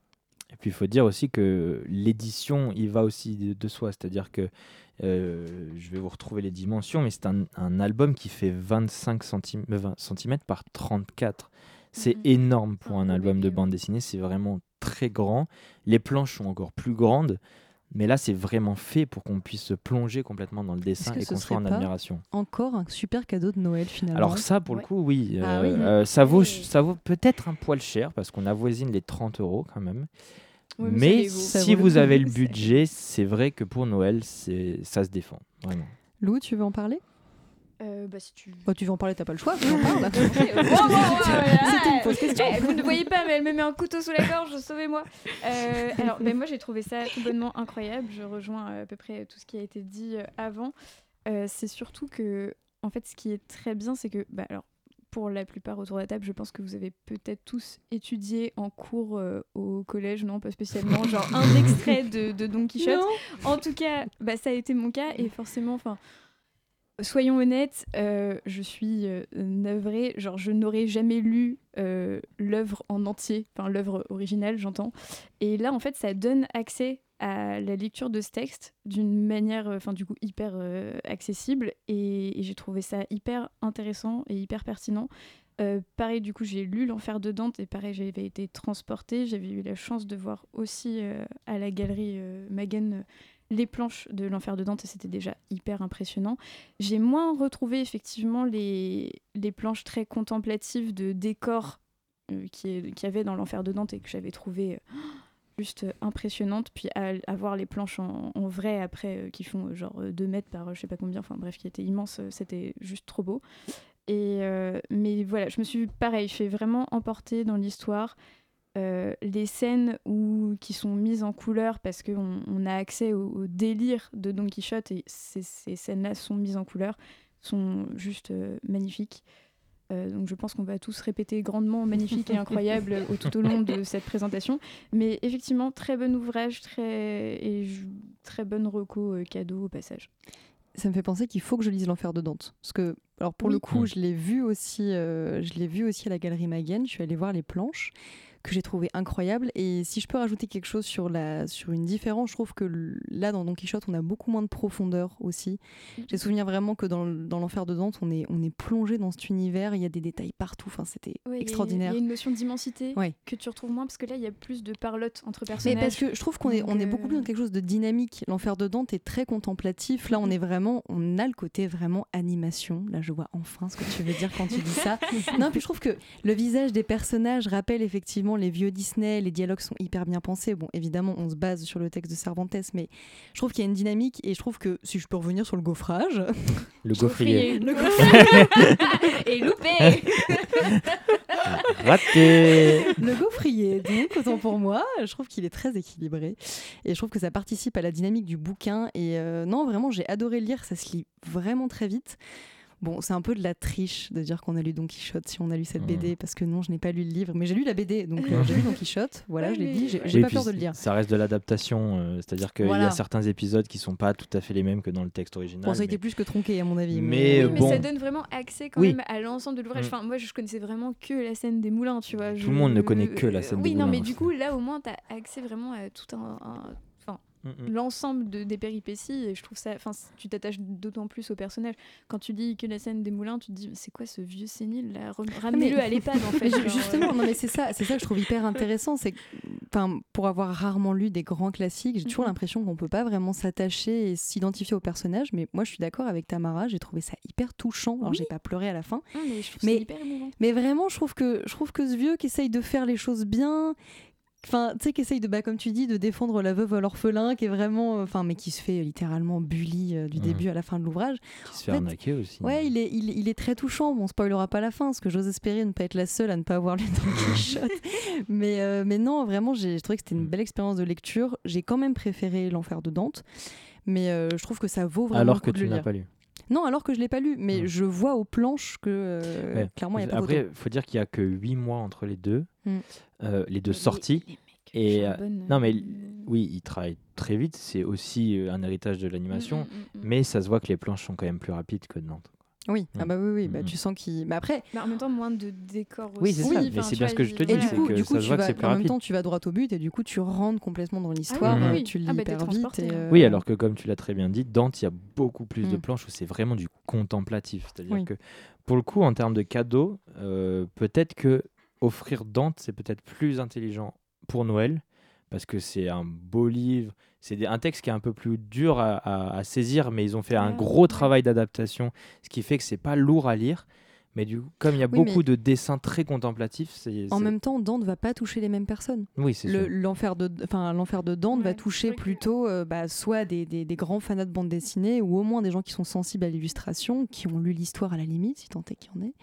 Et puis il faut dire aussi que l'édition, il va aussi de, de soi. C'est-à-dire que euh, je vais vous retrouver les dimensions, mais c'est un, un album qui fait vingt-cinq centimètres par trente-quatre. C'est Mhm. énorme pour Un un beau album de bébé, bande dessinée. C'est vraiment très grand. Les planches sont encore plus grandes. Mais là, c'est vraiment fait pour qu'on puisse se plonger complètement dans le dessin que et ce qu'on soit en serait pas admiration. Encore un super cadeau de Noël finalement. Alors ça, pour le Ouais. coup, oui. Ah euh, oui. euh, ça vaut, Oui. ça vaut peut-être un poil cher parce qu'on avoisine les trente euros quand même. Ouais, mais ça mais les vaut. Ça si vaut le vous coup. avez le Ça- budget, c'est vrai que pour Noël, c'est, ça se défend. Vraiment. Lou, tu veux en parler? Euh, bah, si tu... Bah, tu veux en parler, t'as pas le choix, tu en parles. Ok, euh, wow, wow, wow, C'était une ouais. fausse question. Eh, vous ne voyez pas, mais elle me met un couteau sous la gorge, sauvez-moi. Euh, alors, ben, moi, j'ai trouvé ça tout bonnement incroyable. Je rejoins euh, à peu près tout ce qui a été dit euh, avant. Euh, c'est surtout que, en fait, ce qui est très bien, c'est que, bah, alors, pour la plupart autour de la table, je pense que vous avez peut-être tous étudié en cours euh, au collège, non, pas spécialement, genre un extrait de, de Don Quichotte. En tout cas, bah, ça a été mon cas et forcément, enfin, soyons honnêtes, euh, je suis euh, navrée. Genre, je n'aurais jamais lu euh, l'œuvre en entier, enfin l'œuvre originale, j'entends. Et là, en fait, ça donne accès à la lecture de ce texte d'une manière, enfin du coup, hyper euh, accessible. Et, et j'ai trouvé ça hyper intéressant et hyper pertinent. Euh, pareil, du coup, j'ai lu L'Enfer de Dante et pareil, j'avais été transportée. J'avais eu la chance de voir aussi euh, à la galerie euh, Magen euh, les planches de L'Enfer de Dante et c'était déjà hyper impressionnant. J'ai moins retrouvé effectivement les, les planches très contemplatives de décors euh, qu'il qui y avait dans L'Enfer de Dante et que j'avais trouvé euh, juste euh, impressionnantes. Puis à, à voir les planches en, en vrai après euh, qui font euh, genre deux mètres par euh, je sais pas combien, enfin bref, qui étaient immenses, euh, c'était juste trop beau. Et, euh, mais voilà, je me suis pareil, fait vraiment emporter dans l'histoire. euh, les scènes où, qui sont mises en couleur parce qu'on on a accès au, au délire de Don Quichotte et ces, ces scènes-là sont mises en couleur, sont juste euh, magnifiques. Euh, donc je pense qu'on va tous répéter grandement magnifique et incroyable au, tout au long de cette présentation. Mais effectivement, très bon ouvrage, très, et je- très bonne reco euh, cadeau au passage. Ça me fait penser qu'il faut que je lise L'Enfer de Dante. Parce que, alors pour Oui. le coup, Mm. je l'ai vu aussi, euh, je l'ai vu aussi à la Galerie Maguen. Je suis allée voir les planches que j'ai trouvé incroyables. Et si je peux rajouter quelque chose sur, la, sur une différence, je trouve que l- là, dans Don Quichotte, on a beaucoup moins de profondeur aussi. J'ai souvenir vraiment que dans, l- dans L'Enfer de Dante, on est, on est plongé dans cet univers. Il y a des détails partout. Enfin, c'était Ouais, il y a- extraordinaire. Il y a une notion d'immensité Ouais. que tu retrouves moins parce que là, il y a plus de parlotte entre Mais personnages. parce que je trouve qu'on est, Donc, on est euh, beaucoup plus dans quelque chose de dynamique. L'Enfer de Dante est très contemplatif. Là, on Mhm. est vraiment, on a le côté vraiment animation. Là, je vois enfin ce que tu veux dire quand tu dis ça. Non, puis je trouve que le visage des personnages rappelle effectivement les vieux Disney. Les dialogues sont hyper bien pensés. Bon, évidemment, on se base sur le texte de Cervantes, mais je trouve qu'il y a une dynamique et je trouve que si je peux revenir sur le gaufrage, Le gaufrier. Le gaufrier. Et loupé. Raté. le gaufrier, donc autant pour moi, je trouve qu'il est très équilibré et je trouve que ça participe à la dynamique du bouquin et euh, non vraiment j'ai adoré lire, ça se lit vraiment très vite. Bon, c'est un peu de la triche de dire qu'on a lu Don Quichotte si on a lu cette Mmh. B D parce que non, je n'ai pas lu le livre, mais j'ai lu la B D, donc euh, j'ai lu Don Quichotte, voilà, Ouais, je l'ai mais- dit, j'ai j'ai Oui, pas puis peur de le c- lire. Ça reste de l'adaptation, euh, c'est-à-dire qu'il Voilà. y a certains épisodes qui sont pas tout à fait les mêmes que dans le texte original. Bon, ça a mais- été plus que tronqué à mon avis. Mais, Oui, euh, mais bon. ça donne vraiment accès quand Oui. même à l'ensemble de l'ouvrage. Mm. Enfin, moi, je connaissais vraiment que la scène des moulins, tu vois. Tout Je- le monde ne connaît que la scène oui, des non, moulins. mais du coup, là, au moins, t'as accès vraiment à tout un... un- enfin, Mm, mm. l'ensemble de, des péripéties et je trouve ça... Enfin, c- tu t'attaches d'autant plus au personnage. Quand tu dis que la scène des moulins, tu te dis, c'est quoi ce vieux sénile là Rem- Ramenez-le à l'EHPAD, en fait. Mais ju- genre, justement, euh, non mais c'est ça, c'est ça que je trouve hyper intéressant, c'est que, enfin, pour avoir rarement lu des grands classiques, j'ai toujours Mhm. l'impression qu'on peut pas vraiment s'attacher et s'identifier au personnage. Mais moi, je suis d'accord avec Tamara, j'ai trouvé ça hyper touchant. Alors, Oui. j'ai pas pleuré à la fin, non, mais je trouve Mais- ça hyper émouvant. mais vraiment, je trouve que je trouve que ce vieux qui essaye de faire les choses bien. Enfin, tu sais, qui essaye de, bah, comme tu dis, de défendre la veuve à l'orphelin, qui est vraiment, enfin, mais qui se fait littéralement bully euh, du Mhm. début à la fin de l'ouvrage. Qui se fait en fait, arnaquer aussi. Ouais, il est, il, il est très touchant. Bon, on spoilera pas la fin, parce que j'ose espérer ne pas être la seule à ne pas avoir lu Don Quichotte. mais, euh, mais non, vraiment, j'ai trouvé que c'était une belle expérience de lecture. J'ai quand même préféré L'Enfer de Dante, mais euh, je trouve que ça vaut vraiment Alors le coup que de tu le n'as lire. pas lu. Non, alors que je l'ai pas lu, mais Mm. je vois aux planches que euh, Ouais. clairement il y a pas Après, photo. il faut dire qu'il y a que huit mois entre les deux, Mm. euh, les deux Les- sorties. les mecs Et, charbonnent, non, mais euh, Oui, il travaille très vite. C'est aussi euh, un héritage de l'animation, mm, mm, mm, mm. mais ça se voit que les planches sont quand même plus rapides que de Nantes. Oui, ah Mm. bah oui, oui, bah Mm. tu sens qu'il. Mais après, Bah, en même temps, moins de décors aussi. Oui, c'est ça, mais Enfin, c'est tu bien vois, ce que je te il- dis, et du c'est coup, que du ça coup, se tu voit que vas, c'est plus en même rapide. temps, tu vas droit au but et du coup, tu rentres complètement dans l'histoire. oui, euh, oui. Tu le lis Ah bah, t'es hyper vite. transporté, et, hein. euh, Oui, alors que comme tu l'as très bien dit, Dante, il y a beaucoup plus de Mm. planches où c'est vraiment du contemplatif. C'est-à-dire Oui. que pour le coup, en termes de cadeaux, euh, peut-être que offrir Dante, c'est peut-être plus intelligent pour Noël, parce que c'est un beau livre. C'est des- un texte qui est un peu plus dur à, à- à saisir, mais ils ont fait un Ah, gros ouais. travail d'adaptation, ce qui fait que c'est pas lourd à lire. Mais du coup, comme il y a Oui, beaucoup mais- de dessins très contemplatifs, c'est. En c'est- même temps, Dante va pas toucher les mêmes personnes. Oui, c'est Le- sûr. L'enfer de, enfin, l'enfer de Dante va Ouais, toucher c'est vrai que- plutôt euh, bah, soit des, des, des grands fanats de bande dessinée ou au moins des gens qui sont sensibles à l'illustration, qui ont lu l'histoire à la limite, si tant est qu'il y en ait.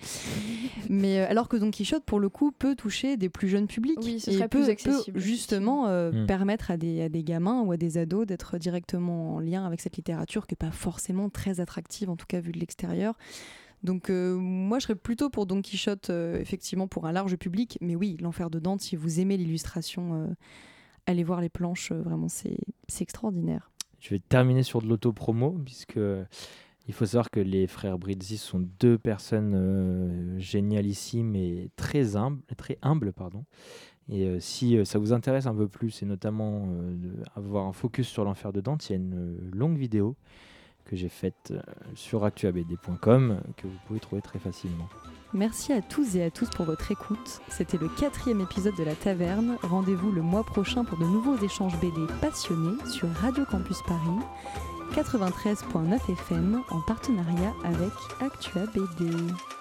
Mais euh, alors que Don Quichotte, pour le coup, peut toucher des plus jeunes publics Oui, ce et serait peut, plus peut accessible, justement euh, Mm. permettre à des, à des gamins ou à des ados d'être directement en lien avec cette littérature qui n'est pas forcément très attractive, en tout cas vu de l'extérieur. Donc euh, moi je serais plutôt pour Don Quichotte euh, effectivement pour un large public, mais oui, l'enfer de Dante, si vous aimez l'illustration, euh, allez voir les planches, euh, vraiment c'est c'est extraordinaire. Je vais terminer sur de l'auto-promo, puisque il faut savoir que les frères Brizzi sont deux personnes euh, génialissimes et très humbles, très humbles pardon. Et euh, si euh, ça vous intéresse un peu plus, et notamment euh, avoir un focus sur l'enfer de Dante, il y a une euh, longue vidéo que j'ai faite euh, sur actuabd point com que vous pouvez trouver très facilement. Merci à tous et à tous pour votre écoute. C'était le quatrième épisode de La Taverne. Rendez-vous le mois prochain pour de nouveaux échanges B D passionnés sur Radio Campus Paris, quatre-vingt-treize virgule neuf F M en partenariat avec ActuaBD.